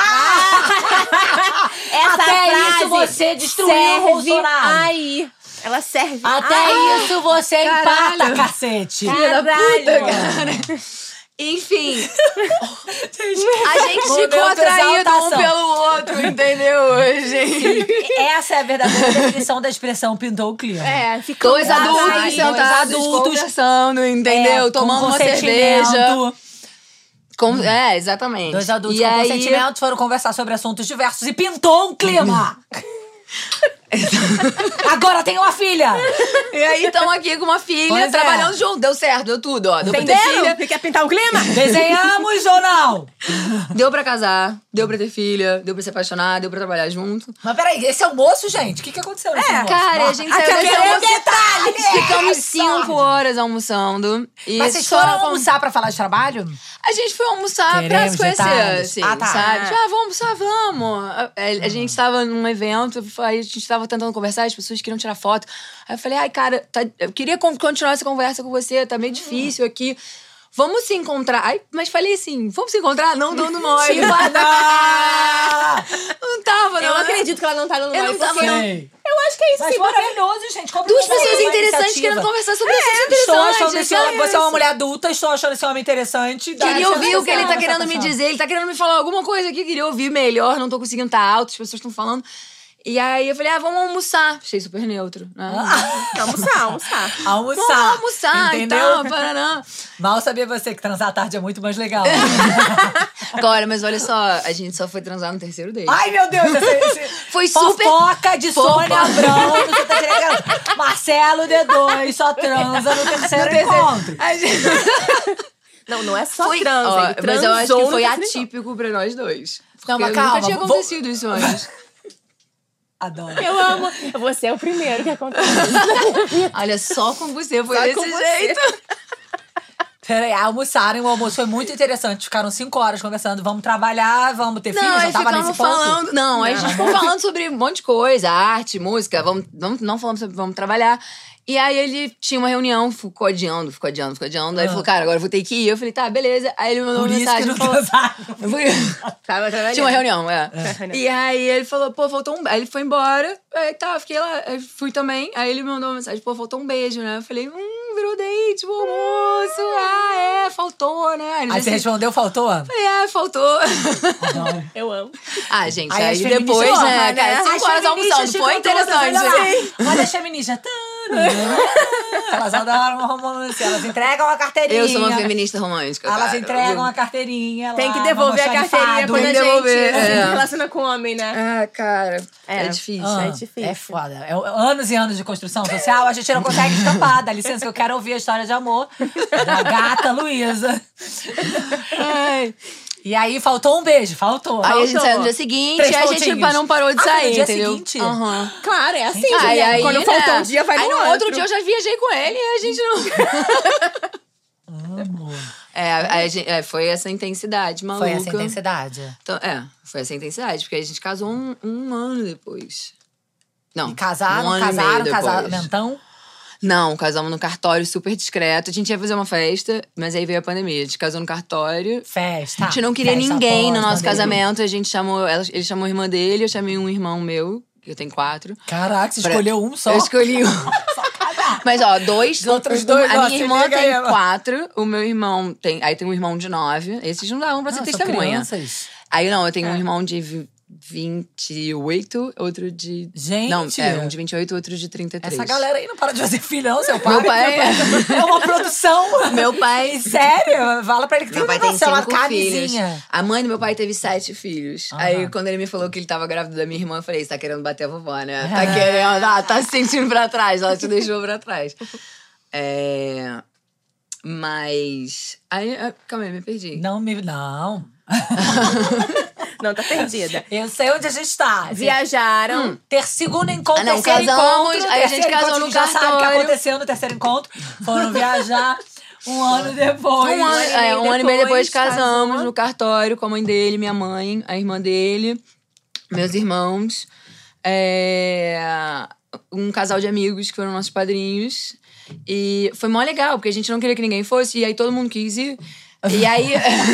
cara. Essa Até frase isso você destruiu o serve Bolsonaro. aí. Ela serve. Até isso você caralho. empata, cacete. Filha da Caralho. puta, cara. Enfim, a gente ficou Momento atraído um exaltação. pelo outro, entendeu, gente? Essa é a verdadeira definição da expressão pintou o clima. Ficou Dois adultos dois sentados, adultos, conversando, entendeu? Tomando com uma consentimento. cerveja. Exatamente. Dois adultos E com aí, consentimento foram conversar sobre assuntos diversos e pintou um clima. Agora tem uma filha. E aí, estamos aqui com uma filha, Pois é. trabalhando junto. Deu certo, deu tudo, ó. Deu pra ter Entenderam? filha, Você quer pintar o clima? Desenhamos ou não? deu pra casar, deu pra ter filha, deu pra se apaixonar, deu pra trabalhar junto. Mas peraí, esse almoço, gente? O que aconteceu nesse almoço? Cara, a gente saiu Aquele desse é o almoço. detalhe. Ficamos 5 horas almoçando. E Mas vocês só foram com- almoçar pra falar de trabalho? A gente foi almoçar pra Queremos se conhecer, detalhes. assim, Ah, tá. sabe? Vamos almoçar, vamos. A gente tava num evento, aí a gente tava tentando conversar, as pessoas queriam tirar foto. Aí eu falei, ai, cara, eu queria continuar essa conversa com você, tá meio difícil aqui. Vamos se encontrar. Ai, mas falei assim, vamos se encontrar? Não dando mole. Não tava, não. Eu acredito que ela não tá dando Eu mole, não tava, porque não. Sei. Eu acho que é isso, Mas sim. maravilhoso, gente. Duas pessoas interessantes querendo conversar sobre assuntos Estou interessantes. achando esse homem, sabe? você é uma mulher adulta, estou achando esse homem interessante. Queria ouvir o que ele tá querendo me dizer. Ele tá querendo me falar alguma coisa aqui. Queria ouvir melhor. Não tô conseguindo estar alto. As pessoas estão falando. E aí eu falei, vamos almoçar. Achei super neutro, né? Almoçar. Vamos almoçar Entendeu? e tal. Paraná. Mal sabia você que transar à tarde é muito mais legal. Agora, mas olha só. A gente só foi transar no terceiro date. Ai, meu Deus. Esse Foi super... fofoca de Fofoca. Sônia Abrão. Você tá querendo... Marcelo D2 só transa no terceiro encontro. A gente... Não é só Foi... transa, Ó, ele mas eu acho transou que no foi terceiro atípico pra nós dois. Não, mas Porque calma, nunca tinha vou- acontecido isso antes. Adoro. encontro. Eu amo. Você é o primeiro que acontece. Olha, só com você foi Só desse com você. jeito. Peraí, almoçaram, o almoço foi muito interessante. Ficaram 5 horas conversando. Vamos trabalhar, vamos ter filhos, já aí tava nesse ficamos ponto. falando. Não, aí a gente ficou falando sobre um monte de coisa, arte, música, não falamos sobre vamos trabalhar. E aí ele tinha uma reunião, ficou adiando. Aí ele falou, cara, agora eu vou ter que ir. Eu falei, tá, beleza. Aí ele mandou Por uma isso que mensagem. não Falou, transaram. Tava trabalhando. tinha uma reunião, E aí ele falou, pô, faltou um... Aí ele foi embora. Aí tá, fiquei lá. Aí fui também. Aí ele mandou uma mensagem, pô, faltou um beijo, né? Eu falei, virou date, bom almoço. Faltou, né? Aí você respondeu, faltou? Falei, faltou. Eu amo. Ah, gente, Aí aí as feministas depois, amam, né, né? cara, As 5 horas feministas almoçando. Foi ficam todas interessante. olhando lá. Olha as feministas. Elas adoram um romance. Elas entregam a carteirinha. Eu sou uma feminista romântica, Elas cara. entregam a carteirinha. Tem que lá, devolver a carteirinha quando a gente é. se relaciona com homem, né? Ah, cara. É difícil. é difícil. É foda. É anos e anos de construção social, a gente não consegue escapar. Dá licença que eu quero ouvir a história de amor da gata Luísa. E aí, faltou um beijo, faltou. Aí a gente saiu no dia seguinte e a gente não parou de sair, no dia entendeu? seguinte? Aham. Claro, é assim, Aí, Juliana. Quando faltou um dia, vai aí no no outro dia eu já viajei com ele e a gente não... Amo. Foi essa intensidade maluca. Foi essa intensidade. Então, foi essa intensidade, porque a gente casou um ano depois. Não, E casaram, um ano e meio casaram, depois. casamentão. Não, casamos no cartório super discreto. A gente ia fazer uma festa, mas aí veio a pandemia. A gente casou no cartório. Festa. A gente não queria Festa ninguém no nosso pós-pandemia. casamento. A gente chamou, ele chamou a irmã dele, eu chamei um irmão meu, que eu tenho 4. Caraca, você escolheu um só. Eu escolhi um. Mas, ó, 2. Os outros dois, A ó, minha se irmã liga tem aí, ó. 4. O meu irmão tem. Aí tem um irmão de 9. Esses não davam pra ser Não, são testemunha. crianças. Aí não, eu tenho um irmão de 28, outro de. Gente! Não, um de 28, outro de 33. Essa galera aí não para de fazer filho, não, seu pai. Meu pai É uma produção. Meu pai. Sério? Fala pra ele que tem Meu um pai tem negócio, uma 5 filhos. camisinha. A mãe do meu pai teve 7 filhos. Aí, quando ele me falou que ele tava grávida da minha irmã, eu falei: você tá querendo bater a vovó, né? Tá querendo, tá se sentindo pra trás. Ela te deixou pra trás. Mas. Aí, calma aí, me perdi. Não. Não, tá perdida. Eu sei onde a gente tá. Viajaram. Segundo encontro, Ah, não, terceiro casamos, encontro. aí a gente terceiro casou encontro, no já sabe o que cartório. aconteceu no terceiro encontro. Foram viajar um ano depois. Um ano e meio depois casamos casou. no cartório com a mãe dele, minha mãe, a irmã dele, meus irmãos. Um casal de amigos que foram nossos padrinhos. E foi mó legal, porque a gente não queria que ninguém fosse, e aí todo mundo quis ir. E aí.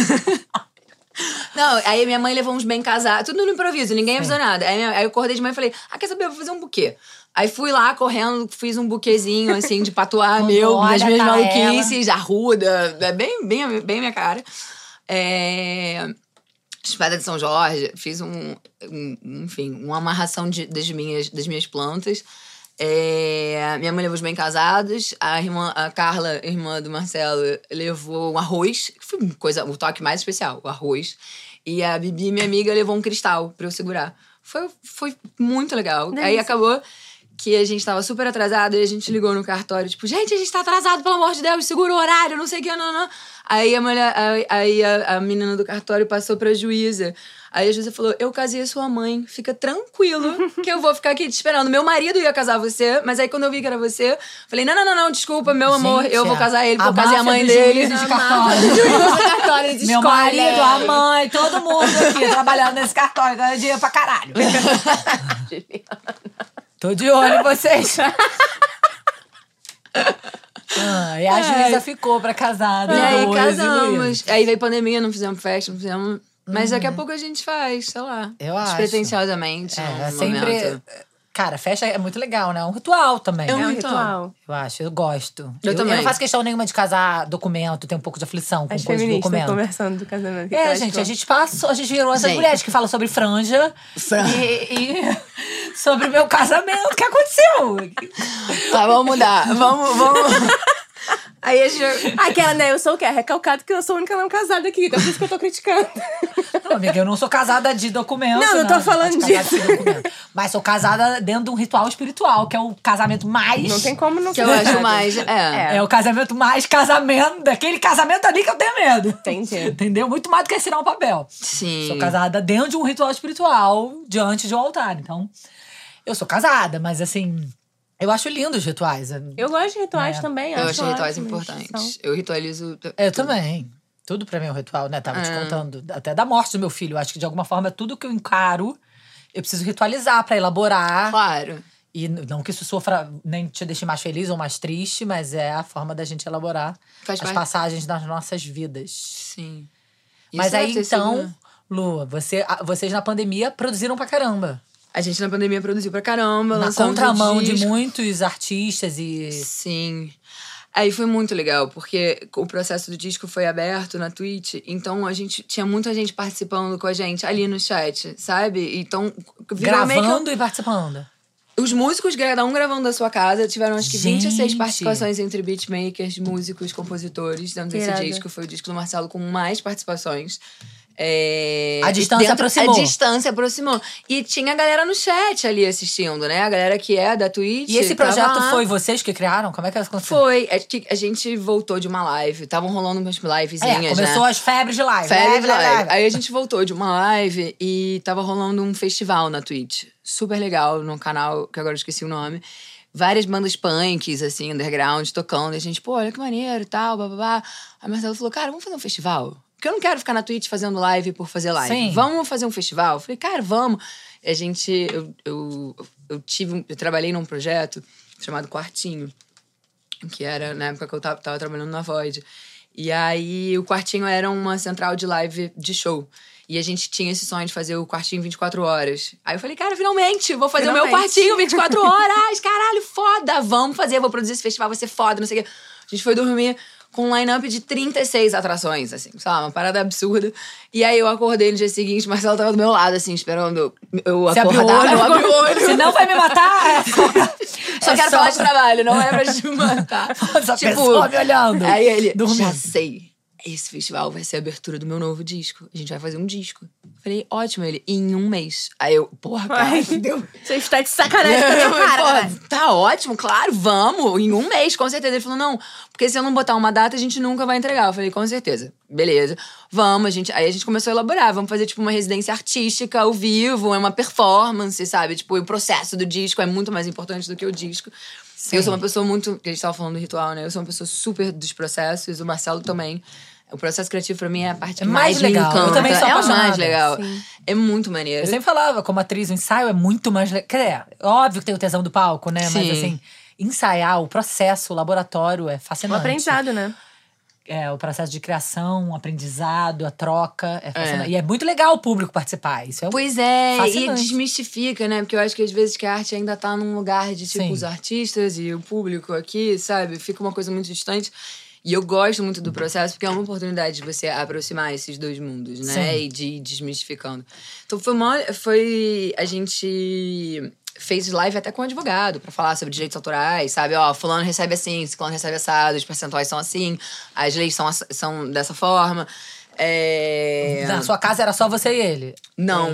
Não, aí minha mãe levou uns bem casados, tudo no improviso, ninguém avisou nada. Aí eu acordei de manhã e falei: quer saber? Eu vou fazer um buquê. Aí fui lá correndo, fiz um buquezinho assim de patuá meu, Olha, das minhas tá maluquices, arruda, bem a minha cara. Espada de São Jorge, fiz uma amarração das minhas plantas. Minha mãe levou os bem casados, a Carla, irmã do Marcelo, levou um arroz, que foi o toque mais especial, o arroz. E a Bibi, minha amiga, levou um cristal pra eu segurar. Foi muito legal. Delícia. Aí acabou que a gente tava super atrasado e a gente ligou no cartório, tipo, gente, a gente tá atrasado, pelo amor de Deus, segura o horário, não sei o que, não. Aí a menina do cartório passou pra juíza. Aí a juíza falou: eu casei a sua mãe, fica tranquilo que eu vou ficar aqui te esperando. Meu marido ia casar você, mas aí quando eu vi que era você, falei: não, desculpa, meu amor, eu vou casar ele, porque eu casei a mãe dele. De cartório. Meu marido, a mãe, todo mundo aqui trabalhando nesse cartório, ganhando dinheiro pra caralho. Tô de olho em vocês. E a juíza ficou pra casar. E aí depois, casamos. Aí veio pandemia, não fizemos festa, não fizemos. Mas daqui a pouco a gente faz, sei lá. Eu acho. Despretensiosamente. É num sempre. momento. Cara, festa é muito legal, né? É um ritual também. É um Então, ritual. Eu acho, eu gosto. Eu também. Eu não faço questão nenhuma de casar documento, ter um pouco de aflição com As coisa de feministas documento. conversando do casamento. Que eu Gente, acho a gente passou, a gente virou essas Gente. mulheres que falam sobre franja e sobre o meu casamento. O que aconteceu? Tá, vamos mudar. Vamos. Aí a gente. Aquela, né? Eu sou o quê? Recalcado que eu sou a única não casada aqui. Então por isso que eu tô criticando. Não, amiga, eu não sou casada de documento. Não, eu tô falando sou casada de documento. Mas sou casada dentro de um ritual espiritual, que é o casamento mais... Não tem como não Que eu ser acho casada. mais. É o casamento mais casamento, daquele casamento ali que eu tenho medo. Entendi. Entendeu? Muito mais do que assinar um papel. Sim. Sou casada dentro de um ritual espiritual, diante de um altar. Então, eu sou casada, mas assim... Eu acho lindo os rituais. Eu gosto de rituais também. Eu acho rituais ótimo, importantes. Eu ritualizo. Eu também. Tudo pra mim é um ritual, né? Tava te contando. Até da morte do meu filho. Eu acho que, de alguma forma, tudo que eu encaro, eu preciso ritualizar pra elaborar. Claro. E não que isso sofra, nem te deixe mais feliz ou mais triste, mas é a forma da gente elaborar Faz as parte. passagens das nossas vidas. Sim. Mas Isso aí, deve ter então, sido- Lu, vocês na pandemia produziram pra caramba. A gente na pandemia produziu pra caramba. Na lançamos contramão um de disco. muitos artistas e... Sim. Aí foi muito legal, porque o processo do disco foi aberto na Twitch, então a gente tinha muita gente participando com a gente ali no chat, sabe? Então, virou meio que Gravando e participando. Os músicos, cada um gravando da sua casa, tiveram acho que 26 Gente. participações entre beatmakers, músicos, compositores dentro desse Irado. disco. Foi o disco do Marcelo com mais participações. A distância aproximou. A distância aproximou. E tinha a galera no chat ali assistindo, né? A galera que é da Twitch. E esse tava projeto lá. foi vocês que criaram? Como é que aconteceu? Foi. É que a gente voltou de uma live. Estavam rolando umas livezinhas, começou né? as febres de live. Febre de live. Aí a gente voltou de uma live e tava rolando um festival na Twitch. Super legal, num canal que agora eu esqueci o nome. Várias bandas punks, assim, underground, tocando. E a gente, pô, olha que maneiro e tal, bababá. Aí o Marcelo falou, cara, vamos fazer um festival? Porque eu não quero ficar na Twitch fazendo live por fazer live. Sim. Vamos fazer um festival? Eu falei, cara, vamos. E a gente... Eu trabalhei num projeto chamado Quartinho. Que era na época que eu tava trabalhando na Void. E aí, o Quartinho era uma central de live de show. E a gente tinha esse sonho de fazer o Quartinho 24 horas. Aí eu falei, cara, finalmente, vou fazer o meu Quartinho 24 horas. Caralho, foda, vamos fazer, vou produzir esse festival, vai ser foda, não sei o quê. A gente foi dormir com um line-up de 36 atrações, assim, sei lá, uma parada absurda. E aí eu acordei no dia seguinte, Marcelo tava do meu lado, assim, esperando eu acordar. Eu abri o olho. Senão vai me matar. Só quero falar de trabalho, não é pra te matar. Essa pessoa me olhando. Aí ele, dormindo. já sei. Esse festival vai ser a abertura do meu novo disco. A gente vai fazer um disco. Falei, ótimo, ele, em 1 mês. Aí eu, porra, cara, deu. Você está de sacanagem com a minha cara, né? Tá ótimo, claro, vamos. Em 1 mês, com certeza. Ele falou, não, porque se eu não botar uma data, a gente nunca vai entregar. Eu falei, com certeza. Beleza. Vamos, aí a gente começou a elaborar. Vamos fazer, tipo, uma residência artística ao vivo. É uma performance, sabe? Tipo, o processo do disco é muito mais importante do que o disco. Sim. Eu sou uma pessoa muito... A gente tava falando do ritual, né? Eu sou uma pessoa super dos processos. O Marcelo também. O processo criativo, pra mim, é a parte que mais legal. me encanta. Eu também sou o apaixonada. mais legal. Sim. É muito maneiro. Eu sempre falava, como atriz, o ensaio é muito mais legal. Quer dizer, óbvio que tem o tesão do palco, né? Sim. Mas assim, ensaiar, o processo, o laboratório é Um fascinante. aprendizado, né? O processo de criação, o aprendizado, a troca. É fascinante. E é muito legal o público participar. Isso é Pois é, fascinante. e desmistifica, né? Porque eu acho que às vezes que a arte ainda tá num lugar de, tipo, Sim. os artistas e o público aqui, sabe? Fica uma coisa muito distante. E eu gosto muito do processo, porque é uma oportunidade de você aproximar esses dois mundos, né? Sim. E de ir desmistificando. Então a gente fez live até com um advogado pra falar sobre direitos autorais, sabe? Ó, fulano recebe assim, ciclano recebe assado, os percentuais são assim, as leis são dessa forma. Na sua casa era só você e ele? Não,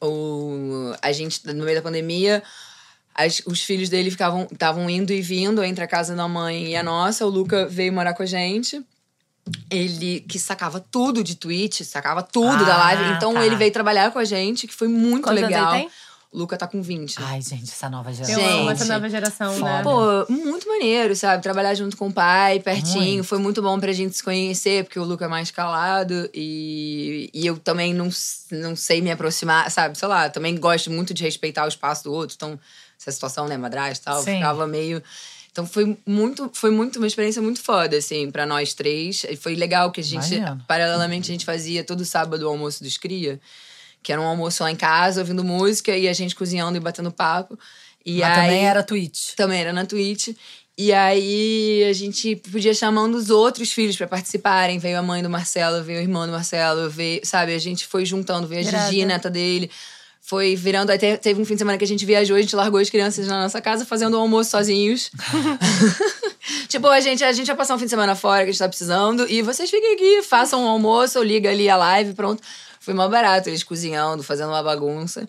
a gente, no meio da pandemia, os filhos dele estavam indo e vindo entre a casa da mãe e a nossa. O Luca veio morar com a gente. Ele que sacava tudo de Twitch, sacava tudo da live. Então tá. ele veio trabalhar com a gente, que foi muito Quantos legal. anos ele tem? O Luca tá com 20. Ai, gente, essa nova Eu geração. amo essa nova geração, né? Foda. Pô, muito maneiro, sabe? Trabalhar junto com o pai, pertinho. Foi muito bom pra gente se conhecer, porque o Luca é mais calado. E eu também não sei me aproximar, sabe? Sei lá, também gosto muito de respeitar o espaço do outro. Então, essa situação, né, madrasta e tal, Sim. ficava meio... Então, foi uma experiência muito foda, assim, pra nós três. E foi legal que a gente, Imagino. paralelamente, a gente fazia todo sábado o almoço dos cria. Que era um almoço lá em casa, ouvindo música, e a gente cozinhando e batendo papo. E Mas aí, também era Twitch. também era na Twitch. E aí, a gente podia chamando os outros filhos pra participarem. Veio a mãe do Marcelo, veio o irmão do Marcelo, veio, sabe? A gente foi juntando, veio a Gigi, neta dele. Foi virando... Aí teve um fim de semana que a gente viajou, a gente largou as crianças na nossa casa fazendo o almoço sozinhos. Tipo, a gente vai passar um fim de semana fora que a gente tá precisando. E vocês fiquem aqui, façam um almoço, ou liga ali a live, pronto. Foi mal barato, eles cozinhando, fazendo uma bagunça.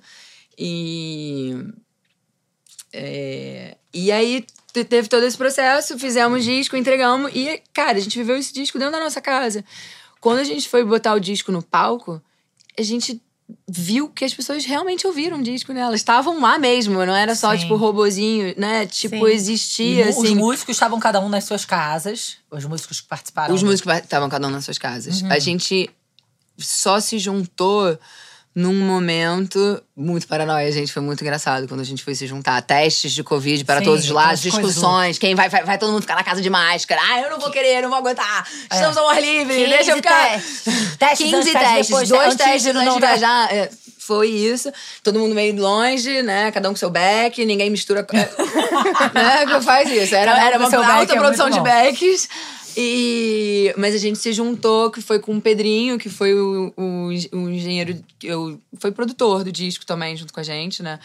E aí, teve todo esse processo, fizemos disco, entregamos. E, cara, a gente viveu esse disco dentro da nossa casa. Quando a gente foi botar o disco no palco, a gente viu que as pessoas realmente ouviram o disco, né? Elas estavam lá mesmo, não era só, Sim. tipo, robozinho, né? Tipo, Sim. existia, Os assim... músicos estavam cada um nas suas casas. Os músicos que participaram. Os músicos estavam cada um nas suas casas. A gente só se juntou num momento muito paranoia, gente. Foi muito engraçado quando a gente foi se juntar. Testes de Covid para Sim, todos os lados, aquelas coisas discussões. Quem vai todo mundo ficar na casa de máscara. Ah, eu não vou querer, eu não vou aguentar. Estamos ao ar livre, deixa eu ficar... 15 testes, depois, 2 antes testes de antes não de dar- viajar. Foi isso. Todo mundo meio longe, né? Cada um com seu back, ninguém mistura... né? Que faz isso. Cada um Era com uma seu back, alta é produção muito de bom. backs. Mas a gente se juntou, que foi com o Pedrinho, que foi o engenheiro... Foi produtor do disco também, junto com a gente, né?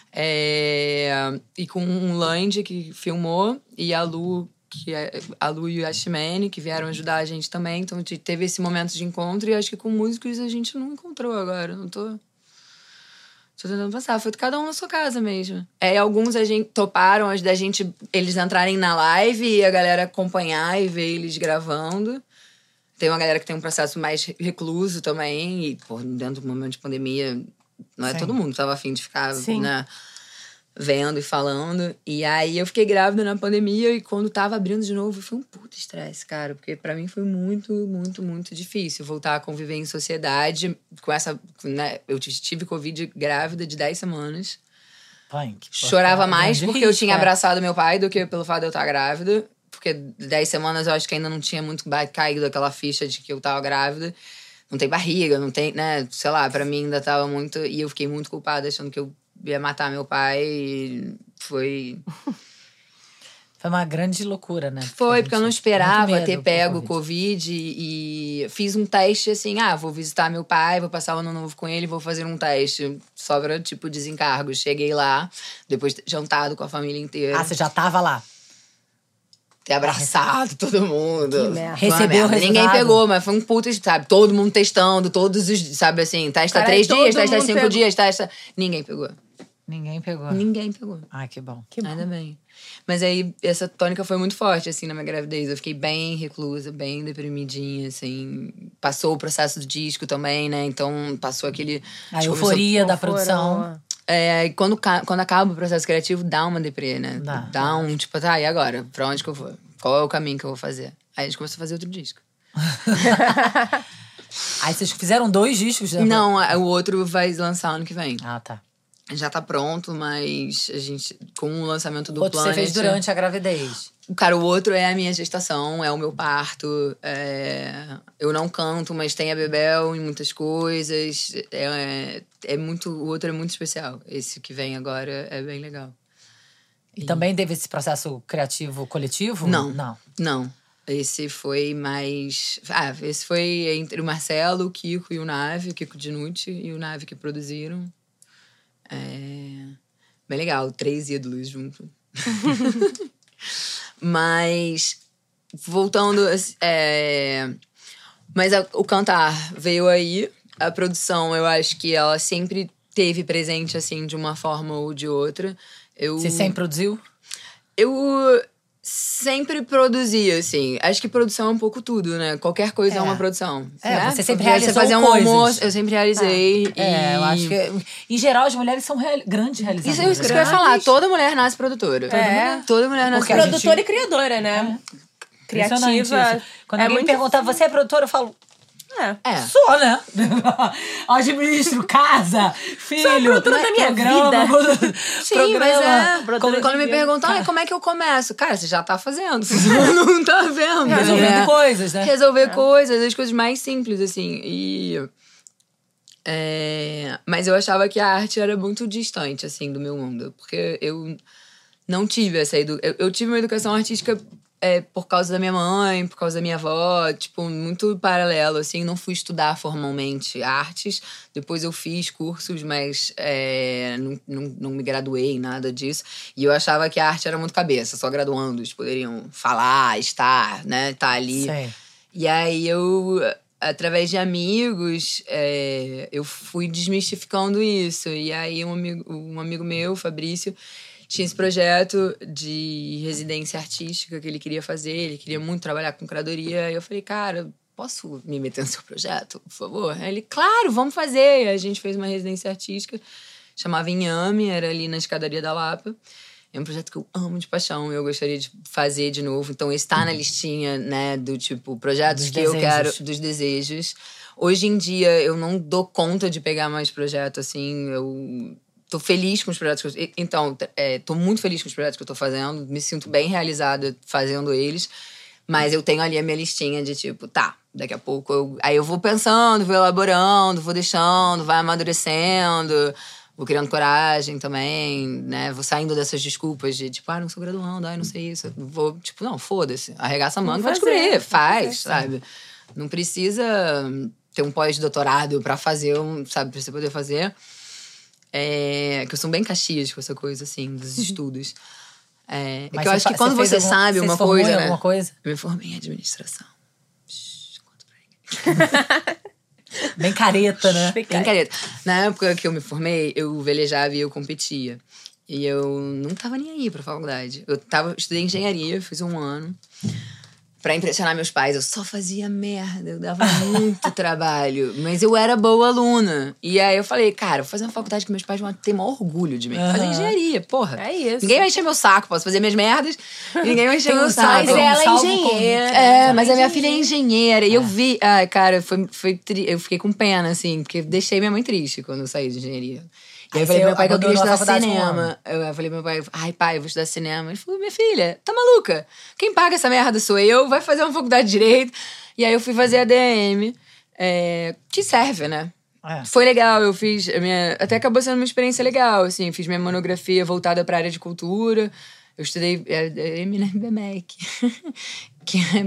E com um Land que filmou, e a Lu e o Ashmani, que vieram ajudar a gente também. Então teve esse momento de encontro, e acho que com músicos a gente não encontrou agora. Não tô tentando pensar, foi cada um na sua casa mesmo. Alguns a gente toparam eles entrarem na live e a galera acompanhar e ver eles gravando. Tem uma galera que tem um processo mais recluso também. E, dentro do momento de pandemia, não é todo mundo que tava afim de ficar, né, vendo e falando. E aí eu fiquei grávida na pandemia, e quando tava abrindo de novo, foi um puta estresse, cara. Porque pra mim foi muito, muito, muito difícil voltar a conviver em sociedade com essa, né? Eu tive Covid grávida de 10 semanas. Chorava mais porque eu tinha abraçado meu pai do que pelo fato de eu estar grávida. Porque 10 semanas eu acho que ainda não tinha muito caído aquela ficha de que eu tava grávida. Não tem barriga, não tem, né? Sei lá, pra mim ainda tava muito... E eu fiquei muito culpada, achando que eu ia matar meu pai, e foi... Foi uma grande loucura, né? Porque eu não esperava ter pego Covid, e fiz um teste assim, vou visitar meu pai, vou passar o ano novo com ele, vou fazer um teste, só pra, tipo, desencargo. Cheguei lá, depois de ter jantado com a família inteira. Você já tava lá? Ter abraçado todo mundo. Que merda. Recebeu o resultado? Ninguém pegou, mas foi um puta, sabe? Todo mundo testando, todos os, sabe assim, testa 3 dias, testa 5 dias, testa... Ninguém pegou. Ninguém pegou. Ninguém pegou. Ai, que bom. Ainda bem. Mas aí, essa tônica foi muito forte, assim, na minha gravidez. Eu fiquei bem reclusa, bem deprimidinha, assim. Passou o processo do disco também, né? Então, passou aquele... A euforia da produção. Quando acaba o processo criativo, dá uma deprê, né? Dá um, tipo, e agora? Pra onde que eu vou? Qual é o caminho que eu vou fazer? Aí a gente começou a fazer outro disco. Aí vocês fizeram 2 discos? Né? Não, o outro vai lançar ano que vem. Tá. Já tá pronto, mas a gente, com o lançamento do Outro Planet... você fez durante a gravidez. Cara, o outro é a minha gestação, é o meu parto. Eu não canto, mas tem a Bebel em muitas coisas. O outro é muito especial. Esse que vem agora é bem legal. E também teve esse processo criativo coletivo? Não. Esse foi mais... esse foi entre o Marcelo, o Kiko e o Nave. O Kiko Dinucci e o Nave que produziram. Bem legal, 3 ídolos juntos. Mas, voltando... Mas o cantar veio aí. A produção, eu acho que ela sempre teve presente, assim, de uma forma ou de outra. Você sempre produziu? Eu sempre produzi, assim. Acho que produção é um pouco tudo, né? Qualquer coisa é uma produção. Né? Você sempre realizou você fazer um coisas. almoço, eu sempre realizei. Eu acho que... Em geral, as mulheres são grandes realizadoras. Isso que eu ia falar. Toda mulher nasce produtora. Toda mulher nasce produtora. Produtora e criadora, né? Criativa. Quando alguém me pergunta, você é produtora? Eu falo... Sou, né? Administro, casa, filho. Sou a produtora da minha vida. Sim, mas quando me perguntam, como é que eu começo? Cara, você já tá fazendo. Você não tá vendo. Resolvendo coisas, né? Resolver coisas, as coisas mais simples, assim. Mas eu achava que a arte era muito distante, assim, do meu mundo. Porque eu não tive essa educação. Eu tive uma educação artística... por causa da minha mãe, por causa da minha avó, tipo, muito paralelo, assim. Não fui estudar formalmente artes. Depois eu fiz cursos, mas não me graduei em nada disso. E eu achava que a arte era muito cabeça. Só graduandos poderiam falar, estar, né? Estar ali. Sei. E aí eu, através de amigos, eu fui desmistificando isso. E aí um amigo meu, Fabrício, tinha esse projeto de residência artística que ele queria fazer. Ele queria muito trabalhar com curadoria. E eu falei, cara, posso me meter no seu projeto, por favor? Aí ele, claro, vamos fazer. E a gente fez uma residência artística, chamava Inhame, era ali na Escadaria da Lapa. É um projeto que eu amo de paixão. Eu gostaria de fazer de novo. Então, esse tá na listinha, né, do tipo, projetos dos que desejos. Eu quero, dos desejos. Hoje em dia, eu não dou conta de pegar mais projeto, assim. Eu... tô feliz com os projetos que eu... Então, tô muito feliz com os projetos que eu tô fazendo. Me sinto bem realizada fazendo eles. Mas eu tenho ali a minha listinha de tipo... daqui a pouco aí eu vou pensando, vou elaborando, vou deixando, vai amadurecendo. Vou criando coragem também, né? Vou saindo dessas desculpas de tipo... não sou graduando, não sei isso. Vou, tipo, não, foda-se. Arregaça a manga, vai descobrir. Faz, sabe? Não precisa ter um pós-doutorado pra fazer, sabe? Pra você poder fazer... Que eu sou bem Caxias com essa coisa, assim, dos estudos. Mas que eu acho que quando você sabe uma coisa, né? Alguma coisa? Eu me formei em administração. Conta pra ele. Bem careta, né? Bem careta. Na época que eu me formei, eu velejava e eu competia. E eu não tava nem aí pra faculdade. Estudei engenharia, fiz 1 ano. Pra impressionar meus pais, eu só fazia merda, eu dava muito trabalho. Mas eu era boa aluna. E aí eu falei, cara, vou fazer uma faculdade que meus pais vão ter maior orgulho de mim. Fazer engenharia, porra. É isso. Ninguém vai encher meu saco, posso fazer minhas merdas. Ninguém vai encher meu saco. Mas ela é engenheira. Mas a minha filha é engenheira. E eu vi, cara, eu fiquei com pena, assim, porque deixei minha mãe triste quando eu saí de engenharia. E aí eu falei pro meu pai que eu queria estudar cinema. Eu falei pro meu pai, ai pai, eu vou estudar cinema. Ele falou, minha filha, tá maluca? Quem paga essa merda sou eu, vai fazer uma faculdade de Direito. E aí eu fui fazer ADM, que serve, né? Foi legal, eu fiz até acabou sendo uma experiência legal, assim. Fiz minha monografia voltada pra área de cultura. Eu estudei ADM na IBMEC. Que é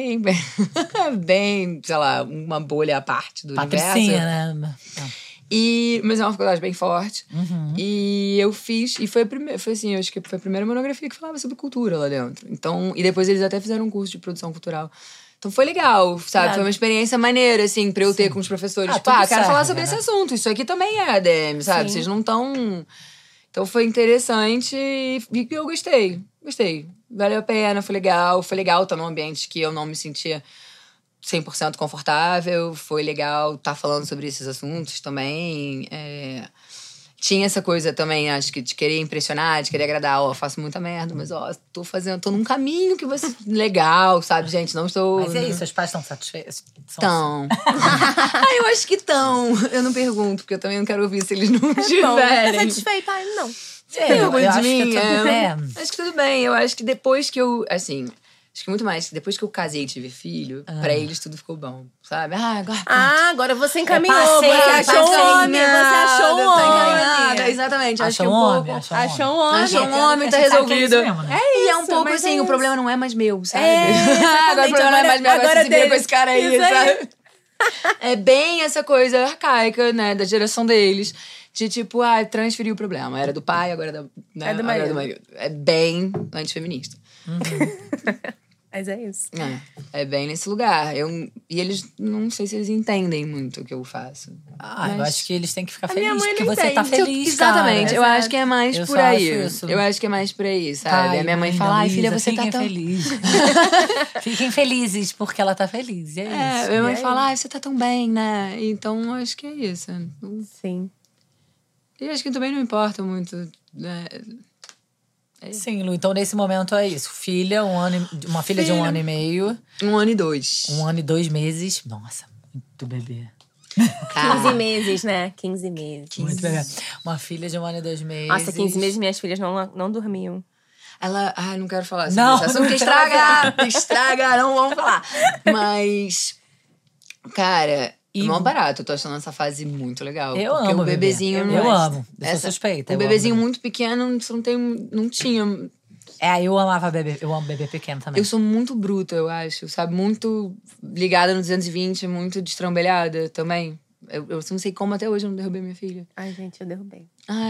bem, sei lá, uma bolha à parte do Patricinha, universo. né? Mas é uma faculdade bem forte. E eu fiz... E foi a primeira... Foi assim, eu acho que foi a primeira monografia que falava sobre cultura lá dentro. Então... E depois eles até fizeram um curso de produção cultural. Então foi legal, sabe? Foi uma experiência maneira, assim, pra eu ter com os professores. Tipo, quero falar sobre esse assunto. Isso aqui também é ADM, sabe? Vocês não estão... Então foi interessante e eu gostei. Valeu a pena, foi legal. Foi legal estar num ambiente que eu não me sentia 100% confortável. Foi legal estar falando sobre esses assuntos também. Tinha essa coisa também, acho que de querer impressionar, de querer agradar. Eu faço muita merda, mas tô num caminho que vai ser legal, sabe, gente? Não estou... Mas é isso, seus pais estão satisfeitos? Estão. Eu acho que estão. Eu não pergunto, porque eu também não quero ouvir se eles não estiverem. Satisfeita? Não. Eu acho que acho que tudo bem. Eu acho que depois que eu, assim... Acho que muito mais. Depois que eu casei e tive filho, pra eles tudo ficou bom, sabe? Agora você encaminhou. Você achou um homem. Você achou um homem. Exatamente. Achou um homem. Achou um homem. Achou um homem, tá resolvido. E é um pouco assim, o problema não é mais meu, sabe? Agora o problema não é mais meu, agora se vira com esse cara aí, sabe? É bem essa coisa arcaica, né, da geração deles. De tipo, transferir o problema. Era do pai, agora é do marido. É bem antifeminista. Mas é isso. É bem nesse lugar. E eles, não sei se eles entendem muito o que eu faço. Eu acho que eles têm que ficar felizes, porque você entende. tá feliz, Exatamente. cara. Eu acho que é mais por aí. Isso. Eu acho que é mais por aí, sabe? A minha mãe fala, filha, você tá tão... feliz. Fiquem felizes, porque ela tá feliz. É isso. Minha mãe fala, você tá tão bem, né? Então, eu acho que é isso. Sim. E acho que também não importa muito, né? Sim, Lu. Então, nesse momento é isso. Uma filha de 1 ano e meio. 1 ano e 2. 1 ano e 2 meses. Nossa, muito bebê. 15 meses, né? 15 meses. Muito bebê. Uma filha de 1 ano e 2 meses. Nossa, 15 meses minhas filhas não dormiam. Ela... não quero falar sobre esse assunto, que estraga, não vamos falar. Mas, cara... É mó barato, eu tô achando essa fase muito legal. Eu porque amo o bebezinho... Eu amo, eu sou suspeita. Um bebezinho muito pequeno, você não tinha... Eu amava bebê, eu amo bebê pequeno também. Eu sou muito bruta, eu acho, sabe? Muito ligada no 220, muito destrambelhada também. Eu não sei como até hoje eu não derrubei minha filha. Ai, gente, eu derrubei.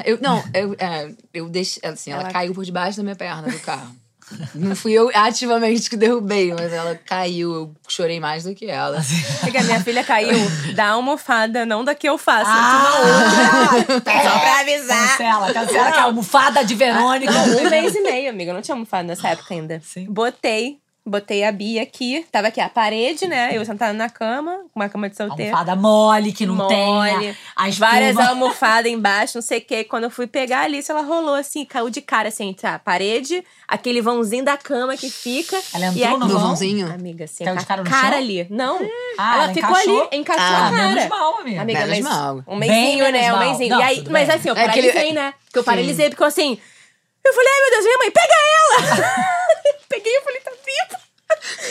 Eu deixei... Assim, ela caiu por debaixo da minha perna do carro. Não fui eu ativamente que derrubei, mas ela caiu, eu chorei mais do que ela. Porque a minha filha caiu da almofada, não da que eu faço. Só pra avisar. Cancela que é a almofada de Verônica. 1 mês e meio, amiga. Eu não tinha almofada nessa época ainda. Sim. Botei a Bia aqui. Tava aqui a parede, né? Eu sentada na cama, uma cama de solteiro. Almofada mole, que não tem. Várias almofadas embaixo, não sei o quê. Quando eu fui pegar a Alice, ela rolou assim, caiu de cara, assim, entre a parede, aquele vãozinho da cama que fica. Ela entrou no vãozinho? Amiga, assim, caiu de cara no cara chão? ali. Não. Ela ficou ali, encaixou a cara. Menos mal, amiga. Amiga, menos mal. Um mêsinho, né? Mal. Um mêsinho. Não, e aí, mas assim, eu paralisei, né? Porque eu paralisei, porque eu assim... Eu falei, ai meu Deus, minha mãe, pega ela! Peguei, eu falei, tá viva!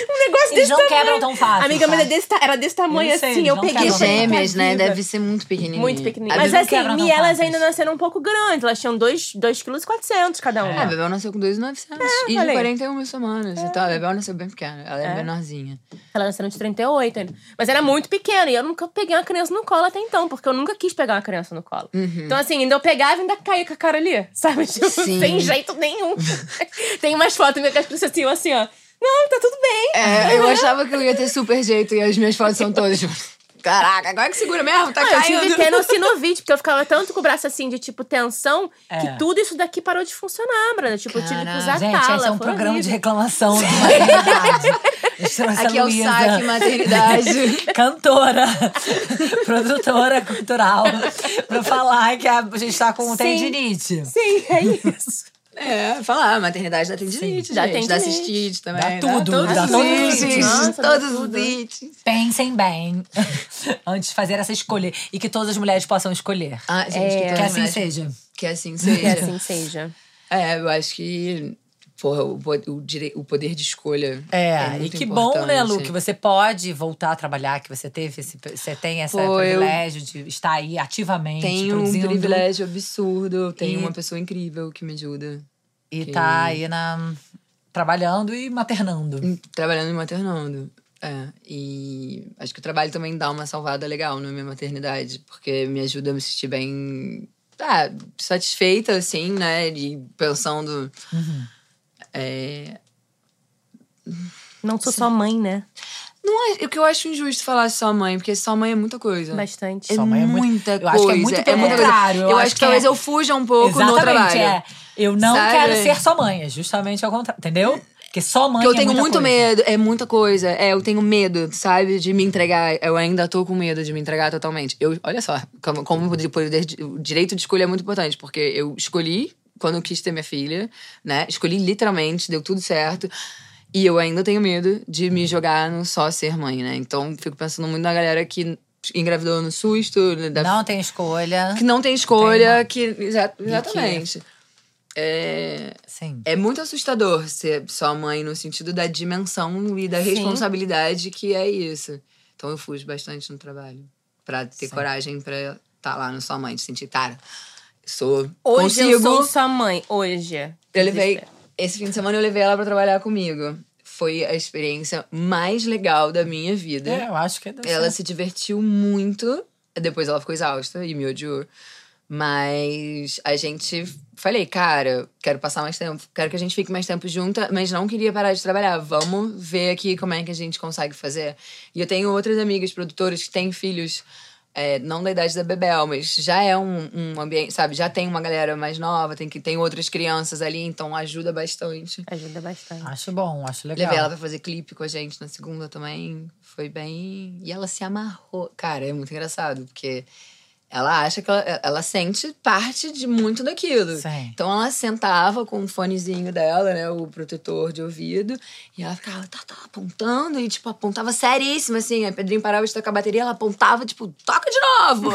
negócio Eles desse não tamanho. quebram tão fácil. Amiga, mas tá? era desse tamanho Eu sei, assim. eles Eu não peguei. quebram. Eu falei, Gêmeas, tá né? viva. Deve ser muito pequenininho. Muito pequenininho. A Mas Bebel assim, quebra tão e elas fáceis. ainda nasceram um pouco grandes. Elas tinham 2,4 kg cada uma. A Bebel nasceu com 2,900 e de falei. 41 semanas. Então, a Bebel nasceu bem pequena. Ela é menorzinha. Ela nasceu de 38 ainda. Mas era muito pequena. E eu nunca peguei uma criança no colo até então. Porque eu nunca quis pegar uma criança no colo. Então, assim, ainda eu pegava e ainda caía com a cara ali. Sabe? Tipo, Sim. sem jeito nenhum. Tem umas fotos minhas que as crianças assim, ó. Não, tá tudo bem. Eu achava que eu ia ter super jeito e as minhas fotos são todas tipo, caraca, agora que segura mesmo, tá Eu caindo. tive tenossinovite, porque eu ficava tanto com o braço assim, de tipo, tensão, que É. tudo isso daqui parou de funcionar, Bruna. Tipo, eu tive que usar Gente, tala. esse é um foi programa de horrível. reclamação de maternidade. Aqui é o saque maternidade. Cantora, produtora cultural, pra falar que a gente tá com tendinite. Sim, é isso. Falar, maternidade dá tendinite, dá gente. Dá tendinite. cistite também. Dá tudo, dá todos todos os os ites. Nossa, dá Todos os tudo. ites. Pensem bem antes de fazer essa escolha. E que todas as mulheres possam escolher. Ah, gente, É. todas Que as assim mulheres- seja. Que assim Que seja. assim seja. Eu acho que, porra, o poder de escolha É, e muito que bom, né, Lu, importante. que você pode voltar a trabalhar, que você você tem esse Pô, eu privilégio de estar aí ativamente Tenho um produzindo. privilégio absurdo. Tenho E- uma pessoa incrível que me ajuda. E tá aí trabalhando e maternando. Trabalhando e maternando. E acho que o trabalho também dá uma salvada legal na minha maternidade, porque me ajuda a me sentir bem satisfeita, assim, né? E pensando. Não sou só mãe, né? Não é o que eu acho injusto falar só mãe, porque só mãe é muita coisa. Bastante. É Só mãe é muito- muita eu coisa. acho que é muito pelo muita contrário, coisa. eu Eu acho acho que que talvez é- eu fuja um pouco no Exatamente, trabalho. Eu não Sabe? quero ser só mãe, é justamente ao contrário, entendeu? Porque só mãe Porque eu é tenho muita muito coisa. medo, é muita coisa. Eu tenho medo, sabe, de me entregar. Eu ainda tô com medo de me entregar totalmente. Olha só, como o direito de escolha é muito importante, porque eu escolhi quando eu quis ter minha filha, né? Escolhi literalmente, deu tudo certo. E eu ainda tenho medo de me jogar no só ser mãe, né? Então, fico pensando muito na galera que engravidou no susto, Não tem escolha. que não tem escolha, exatamente. Sim. É muito assustador ser só mãe no sentido da dimensão e da responsabilidade que é isso. Então eu fujo bastante no trabalho. Pra ter coragem pra estar lá no só mãe, de sentir, cara, Hoje consigo. eu sou sua mãe. Hoje. Eu levei. Esse fim de semana eu levei ela pra trabalhar comigo. Foi a experiência mais legal da minha vida. Eu acho que é deve Ela ser. se divertiu muito. Depois ela ficou exausta e me odiou. Mas a gente... Falei, cara, quero passar mais tempo. Quero que a gente fique mais tempo junta. Mas não queria parar de trabalhar. Vamos ver aqui como é que a gente consegue fazer. E eu tenho outras amigas produtoras que têm filhos... não da idade da Bebel, mas já é um ambiente, sabe? Já tem uma galera mais nova, tem outras crianças ali, então ajuda bastante. Ajuda bastante. Acho bom, acho legal. Levei ela pra fazer clipe com a gente na segunda também. Foi bem... E ela se amarrou. Cara, é muito engraçado, porque ela acha que ela sente parte de muito daquilo. Sim. Então ela sentava com o fonezinho dela, né? O protetor de ouvido. E ela ficava tá, apontando. E, tipo, apontava seríssima, assim. Aí o Pedrinho parava de tocar a bateria, ela apontava, tipo, toca de novo!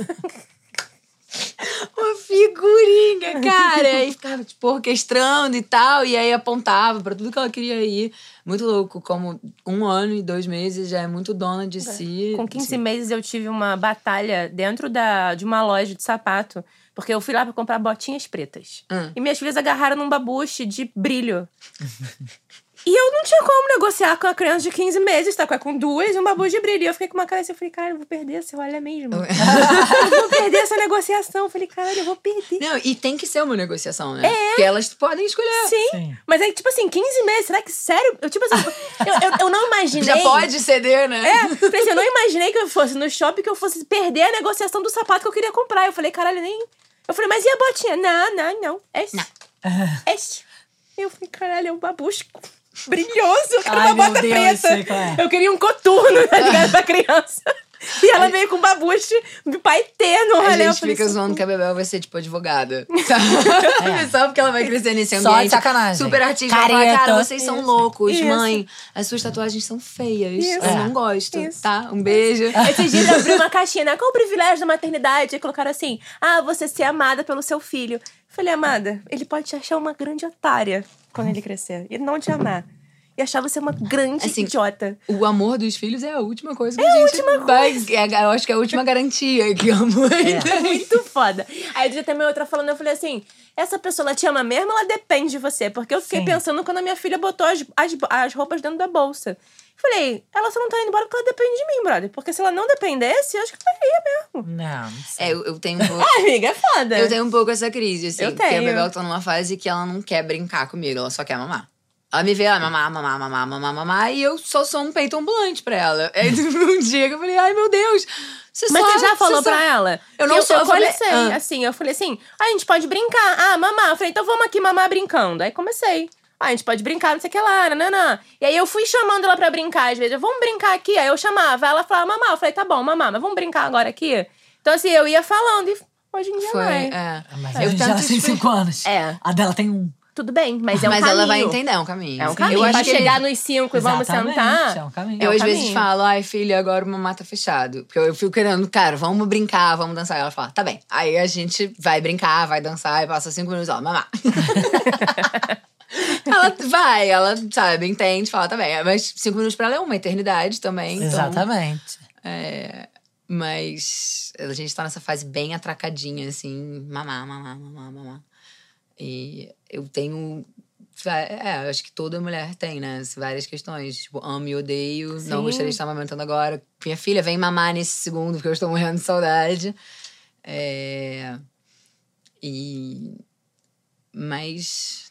Uma figurinha, cara. E ficava, tipo, orquestrando e tal. E aí apontava pra tudo que ela queria ir. Muito louco. Como 1 ano e 2 meses já é muito dona de si. Com 15 meses eu tive uma batalha dentro de uma loja de sapato. Porque eu fui lá pra comprar botinhas pretas. E minhas filhas agarraram num babuche de brilho. E eu não tinha como negociar com a criança de 15 meses, tá? Com 2 e um babuche de brilho. E eu fiquei com uma cara assim, eu falei, cara, eu vou perder esse olha mesmo. Eu vou perder essa negociação. Eu falei, cara, eu vou perder. Não, e tem que ser uma negociação, né? Porque elas podem escolher. Sim. Mas aí, tipo assim, 15 meses, será que sério? Eu, tipo assim, eu não imaginei. Já pode ceder, né? Falei assim, eu não imaginei que eu fosse no shopping, que eu fosse perder a negociação do sapato que eu queria comprar. Eu falei, caralho, nem... Eu falei, mas e a botinha? Não. Este. Este. Eu falei, caralho, é um babuche brilhoso. Eu quero uma bota preta. sei qual é. Eu queria um coturno, tá ligado? Pra criança. E ela veio com babuche, pai terno. A olha, eu gente falei fica assim, zoando que a Bebel vai ser, tipo, advogada. Só porque ela vai crescer nesse Só de ambiente sacanagem. super artístico. Ela fala, Careta. cara, vocês são loucos, Isso. mãe. As suas tatuagens são feias. Isso. Eu não gosto, Isso. tá? Um beijo. Esses dias eu abri uma caixinha, né? Qual o privilégio da maternidade? E colocaram assim, você ser amada pelo seu filho. Eu falei, amada, ele pode te achar uma grande otária quando ele crescer. E não te amar. e achar você uma grande Assim, idiota. O amor dos filhos é a última coisa que a gente vai... Eu acho que é a última garantia que o amor É muito foda. Aí eu também outra falando, eu falei assim, essa pessoa, ela te ama mesmo, ela depende de você. Porque eu fiquei pensando quando a minha filha botou as roupas dentro da bolsa. Falei, ela só não tá indo embora porque ela depende de mim, brother. Porque se ela não dependesse, eu acho que ela ia mesmo. Não sei. eu tenho um pouco... Amiga, é foda. Eu tenho um pouco essa crise, assim. Eu Porque a tenho. Bebel tá numa fase que ela não quer brincar comigo, ela só quer mamar. Ela me vê, ela mamar, e eu só sou um peito ambulante pra ela. Aí um dia que eu falei, ai meu Deus, Mas você já falou pra ela? Eu não sou, eu comecei assim, eu falei assim, a gente pode brincar. Ah, mamar. Eu falei, então vamos aqui mamar brincando. Aí comecei. Ah, a gente pode brincar, não sei o que lá, nananã. E aí eu fui chamando ela pra brincar, às vezes. Vamos brincar aqui. Aí eu chamava, ela falava, mamar. Eu falei, tá bom, mamar, mas vamos brincar agora aqui? Então assim, eu ia falando e hoje em dia vai. Mas a gente já tem 5 anos. A dela tem 1. Tudo bem, mas é um caminho. Mas ela vai entender, é um caminho. É um caminho. Eu acho pra chegar nos 5 e vamos sentar. É um caminho. Eu às vezes falo, ai filha, agora o mamá tá fechado. Porque eu fico querendo, cara, vamos brincar, vamos dançar. E ela fala, tá bem. Aí a gente vai brincar, vai dançar e passa 5 minutos, ela, mamá. ela sabe, entende, fala, tá bem. Mas 5 minutos pra ela é uma eternidade também. Exatamente. Então, mas a gente tá nessa fase bem atracadinha, assim, mamar. E eu tenho... acho que toda mulher tem, né? Várias questões. Tipo, amo e odeio. Sim. Não gostaria de estar amamentando agora. Minha filha, vem mamar nesse segundo, porque eu estou morrendo de saudade. Mas...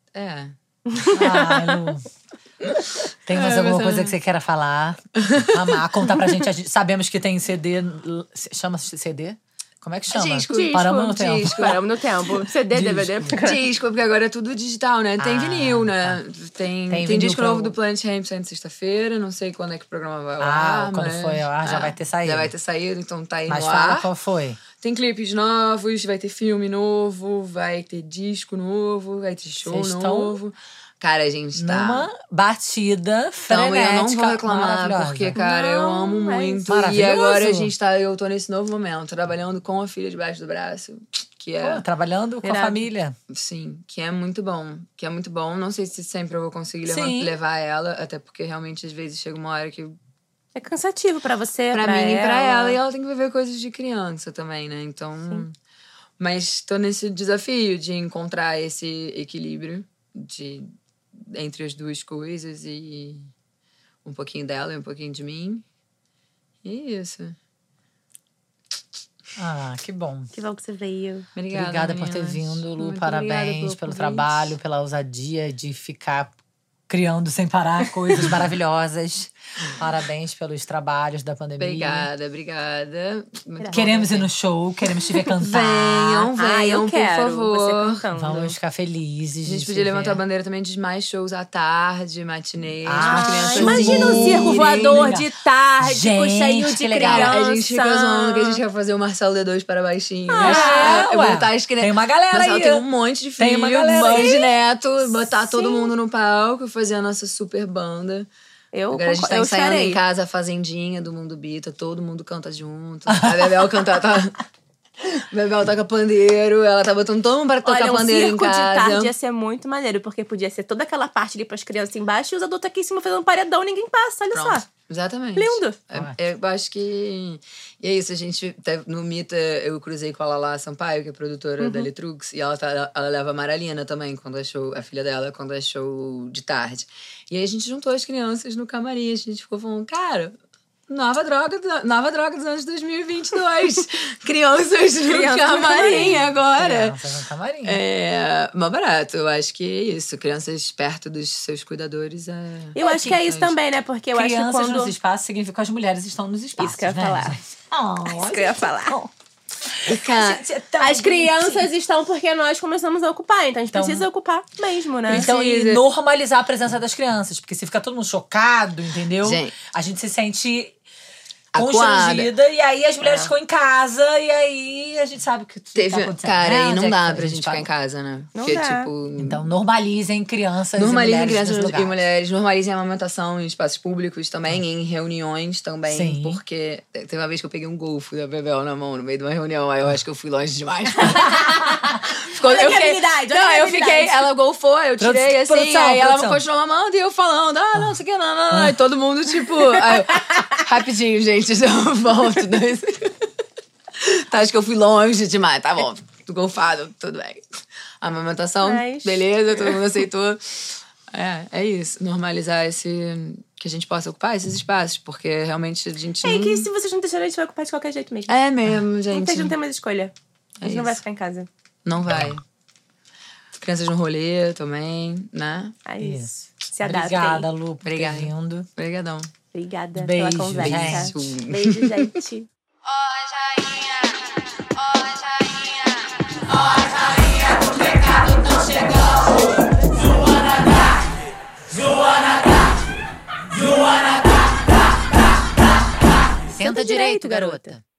Ai, Lu. Tem mais alguma coisa que você queira falar? Amar, contar pra gente. Sabemos que tem CD... Chama-se CD? Como é que chama? Disco. Paramos no tempo. Paramos no tempo. CD, DVD. Disco, porque agora é tudo digital, né? Tem vinil, né? Tem disco novo do Planet Ramp saindo sexta-feira. Não sei quando é que o programa vai ao ar. Quando foi ao ar já vai ter saído. Já vai ter saído, então tá aí no ar. Mas fala qual foi. Tem clipes novos, vai ter filme novo, vai ter disco novo, vai ter show novo. Cara, a gente tá... numa batida frenética. Então, eu não vou reclamar, porque, cara, eu amo muito. E agora eu tô nesse novo momento, trabalhando com a filha debaixo do braço. Que é... trabalhando com a família. Sim, que é muito bom. Não sei se sempre eu vou conseguir levar ela, até porque realmente às vezes chega uma hora que... É cansativo pra você, pra mim e pra ela. E ela tem que viver coisas de criança também, né? Então... Sim. Mas tô nesse desafio de encontrar esse equilíbrio entre as duas coisas e um pouquinho dela e um pouquinho de mim. E é isso. Que bom. Que bom que você veio. Obrigada por ter vindo, Lu. Parabéns pelo trabalho, pela ousadia de ficar criando sem parar coisas maravilhosas. Parabéns pelos trabalhos da pandemia. Obrigada. Queremos ir no show, queremos te ver cantar. Venham, por favor. Você cantando. Vamos ficar felizes. A gente podia levantar a bandeira também de mais shows à tarde, matinês. Imagina um circo voador de tarde, cheio de criança. A gente fica zoando que a gente quer fazer o Marcelo D2 para baixinho. Botar as crianças. Tem uma galera Marcelo aí. Tem um monte de filho, mãe de neto. Botar todo mundo no palco, fazer a nossa super banda. Agora a gente tá ensaiando em casa a Fazendinha do Mundo Bita, todo mundo canta junto. A Bebel canta, Bebel toca pandeiro, ela tá botando todo mundo pra tocar pandeiro em casa. Um circo de tarde ia ser muito maneiro, porque podia ser toda aquela parte ali pras crianças embaixo e os adultos aqui em cima fazendo paredão, ninguém passa, olha só. Exatamente. Lindo. Eu acho que... E é isso, a gente... No Mita, eu cruzei com a Lala Sampaio, que é produtora da Letrux, e ela leva a Maralina também, quando é show, a filha dela, quando é show de tarde. E aí a gente juntou as crianças no camarim, a gente ficou falando, cara... Nova droga dos anos 2022. Crianças no camarim agora. Crianças no camarim. Mó barato. Eu acho que é isso. Crianças perto dos seus cuidadores. Eu acho que é isso também, né? Porque eu acho que crianças nos espaços significa que as mulheres estão nos espaços. Isso que eu ia falar. Isso que eu ia falar. As crianças estão porque nós começamos a ocupar. Então a gente precisa ocupar mesmo, né? Então, e normalizar a presença das crianças. Porque se fica todo mundo chocado, entendeu? Gente. A gente se sente constrangida. E aí as mulheres ficam em casa e aí a gente sabe que teve, tá acontecendo. cara, e não dá que pra gente ficar em casa, né? Não Porque, dá. tipo... Então, normalizem crianças Normalizem e mulheres crianças nos e lugares. mulheres, normalizem a amamentação em espaços públicos também, em reuniões também. Sim. Porque teve uma vez que eu peguei um golfo da Bebel na mão no meio de uma reunião, aí eu acho que eu fui longe demais. Olha eu a minha habilidade, olha a não, minha eu fiquei, habilidade. ela golfou, eu tirei assim, Produção, aí ela produção. continuou mamando e eu falando, não, isso aqui, não. E todo mundo, tipo, aí eu, rapidinho, gente, já volto. Tá, acho que eu fui longe demais, tá bom, golfado, tudo bem. A amamentação, beleza, todo mundo aceitou. É isso, normalizar que a gente possa ocupar esses espaços, porque realmente a gente É que se vocês não deixarem, a gente vai ocupar de qualquer jeito mesmo. É mesmo, gente. Não tem mais escolha. A gente não vai isso. ficar em casa. Não vai. Crianças no rolê também, né? É isso. Se adaptem. Obrigada, Lu, por ter Obrigada. vindo. Obrigadão. Obrigada Beijo, pela conversa. gente. Beijo, gente. Senta direito, garota.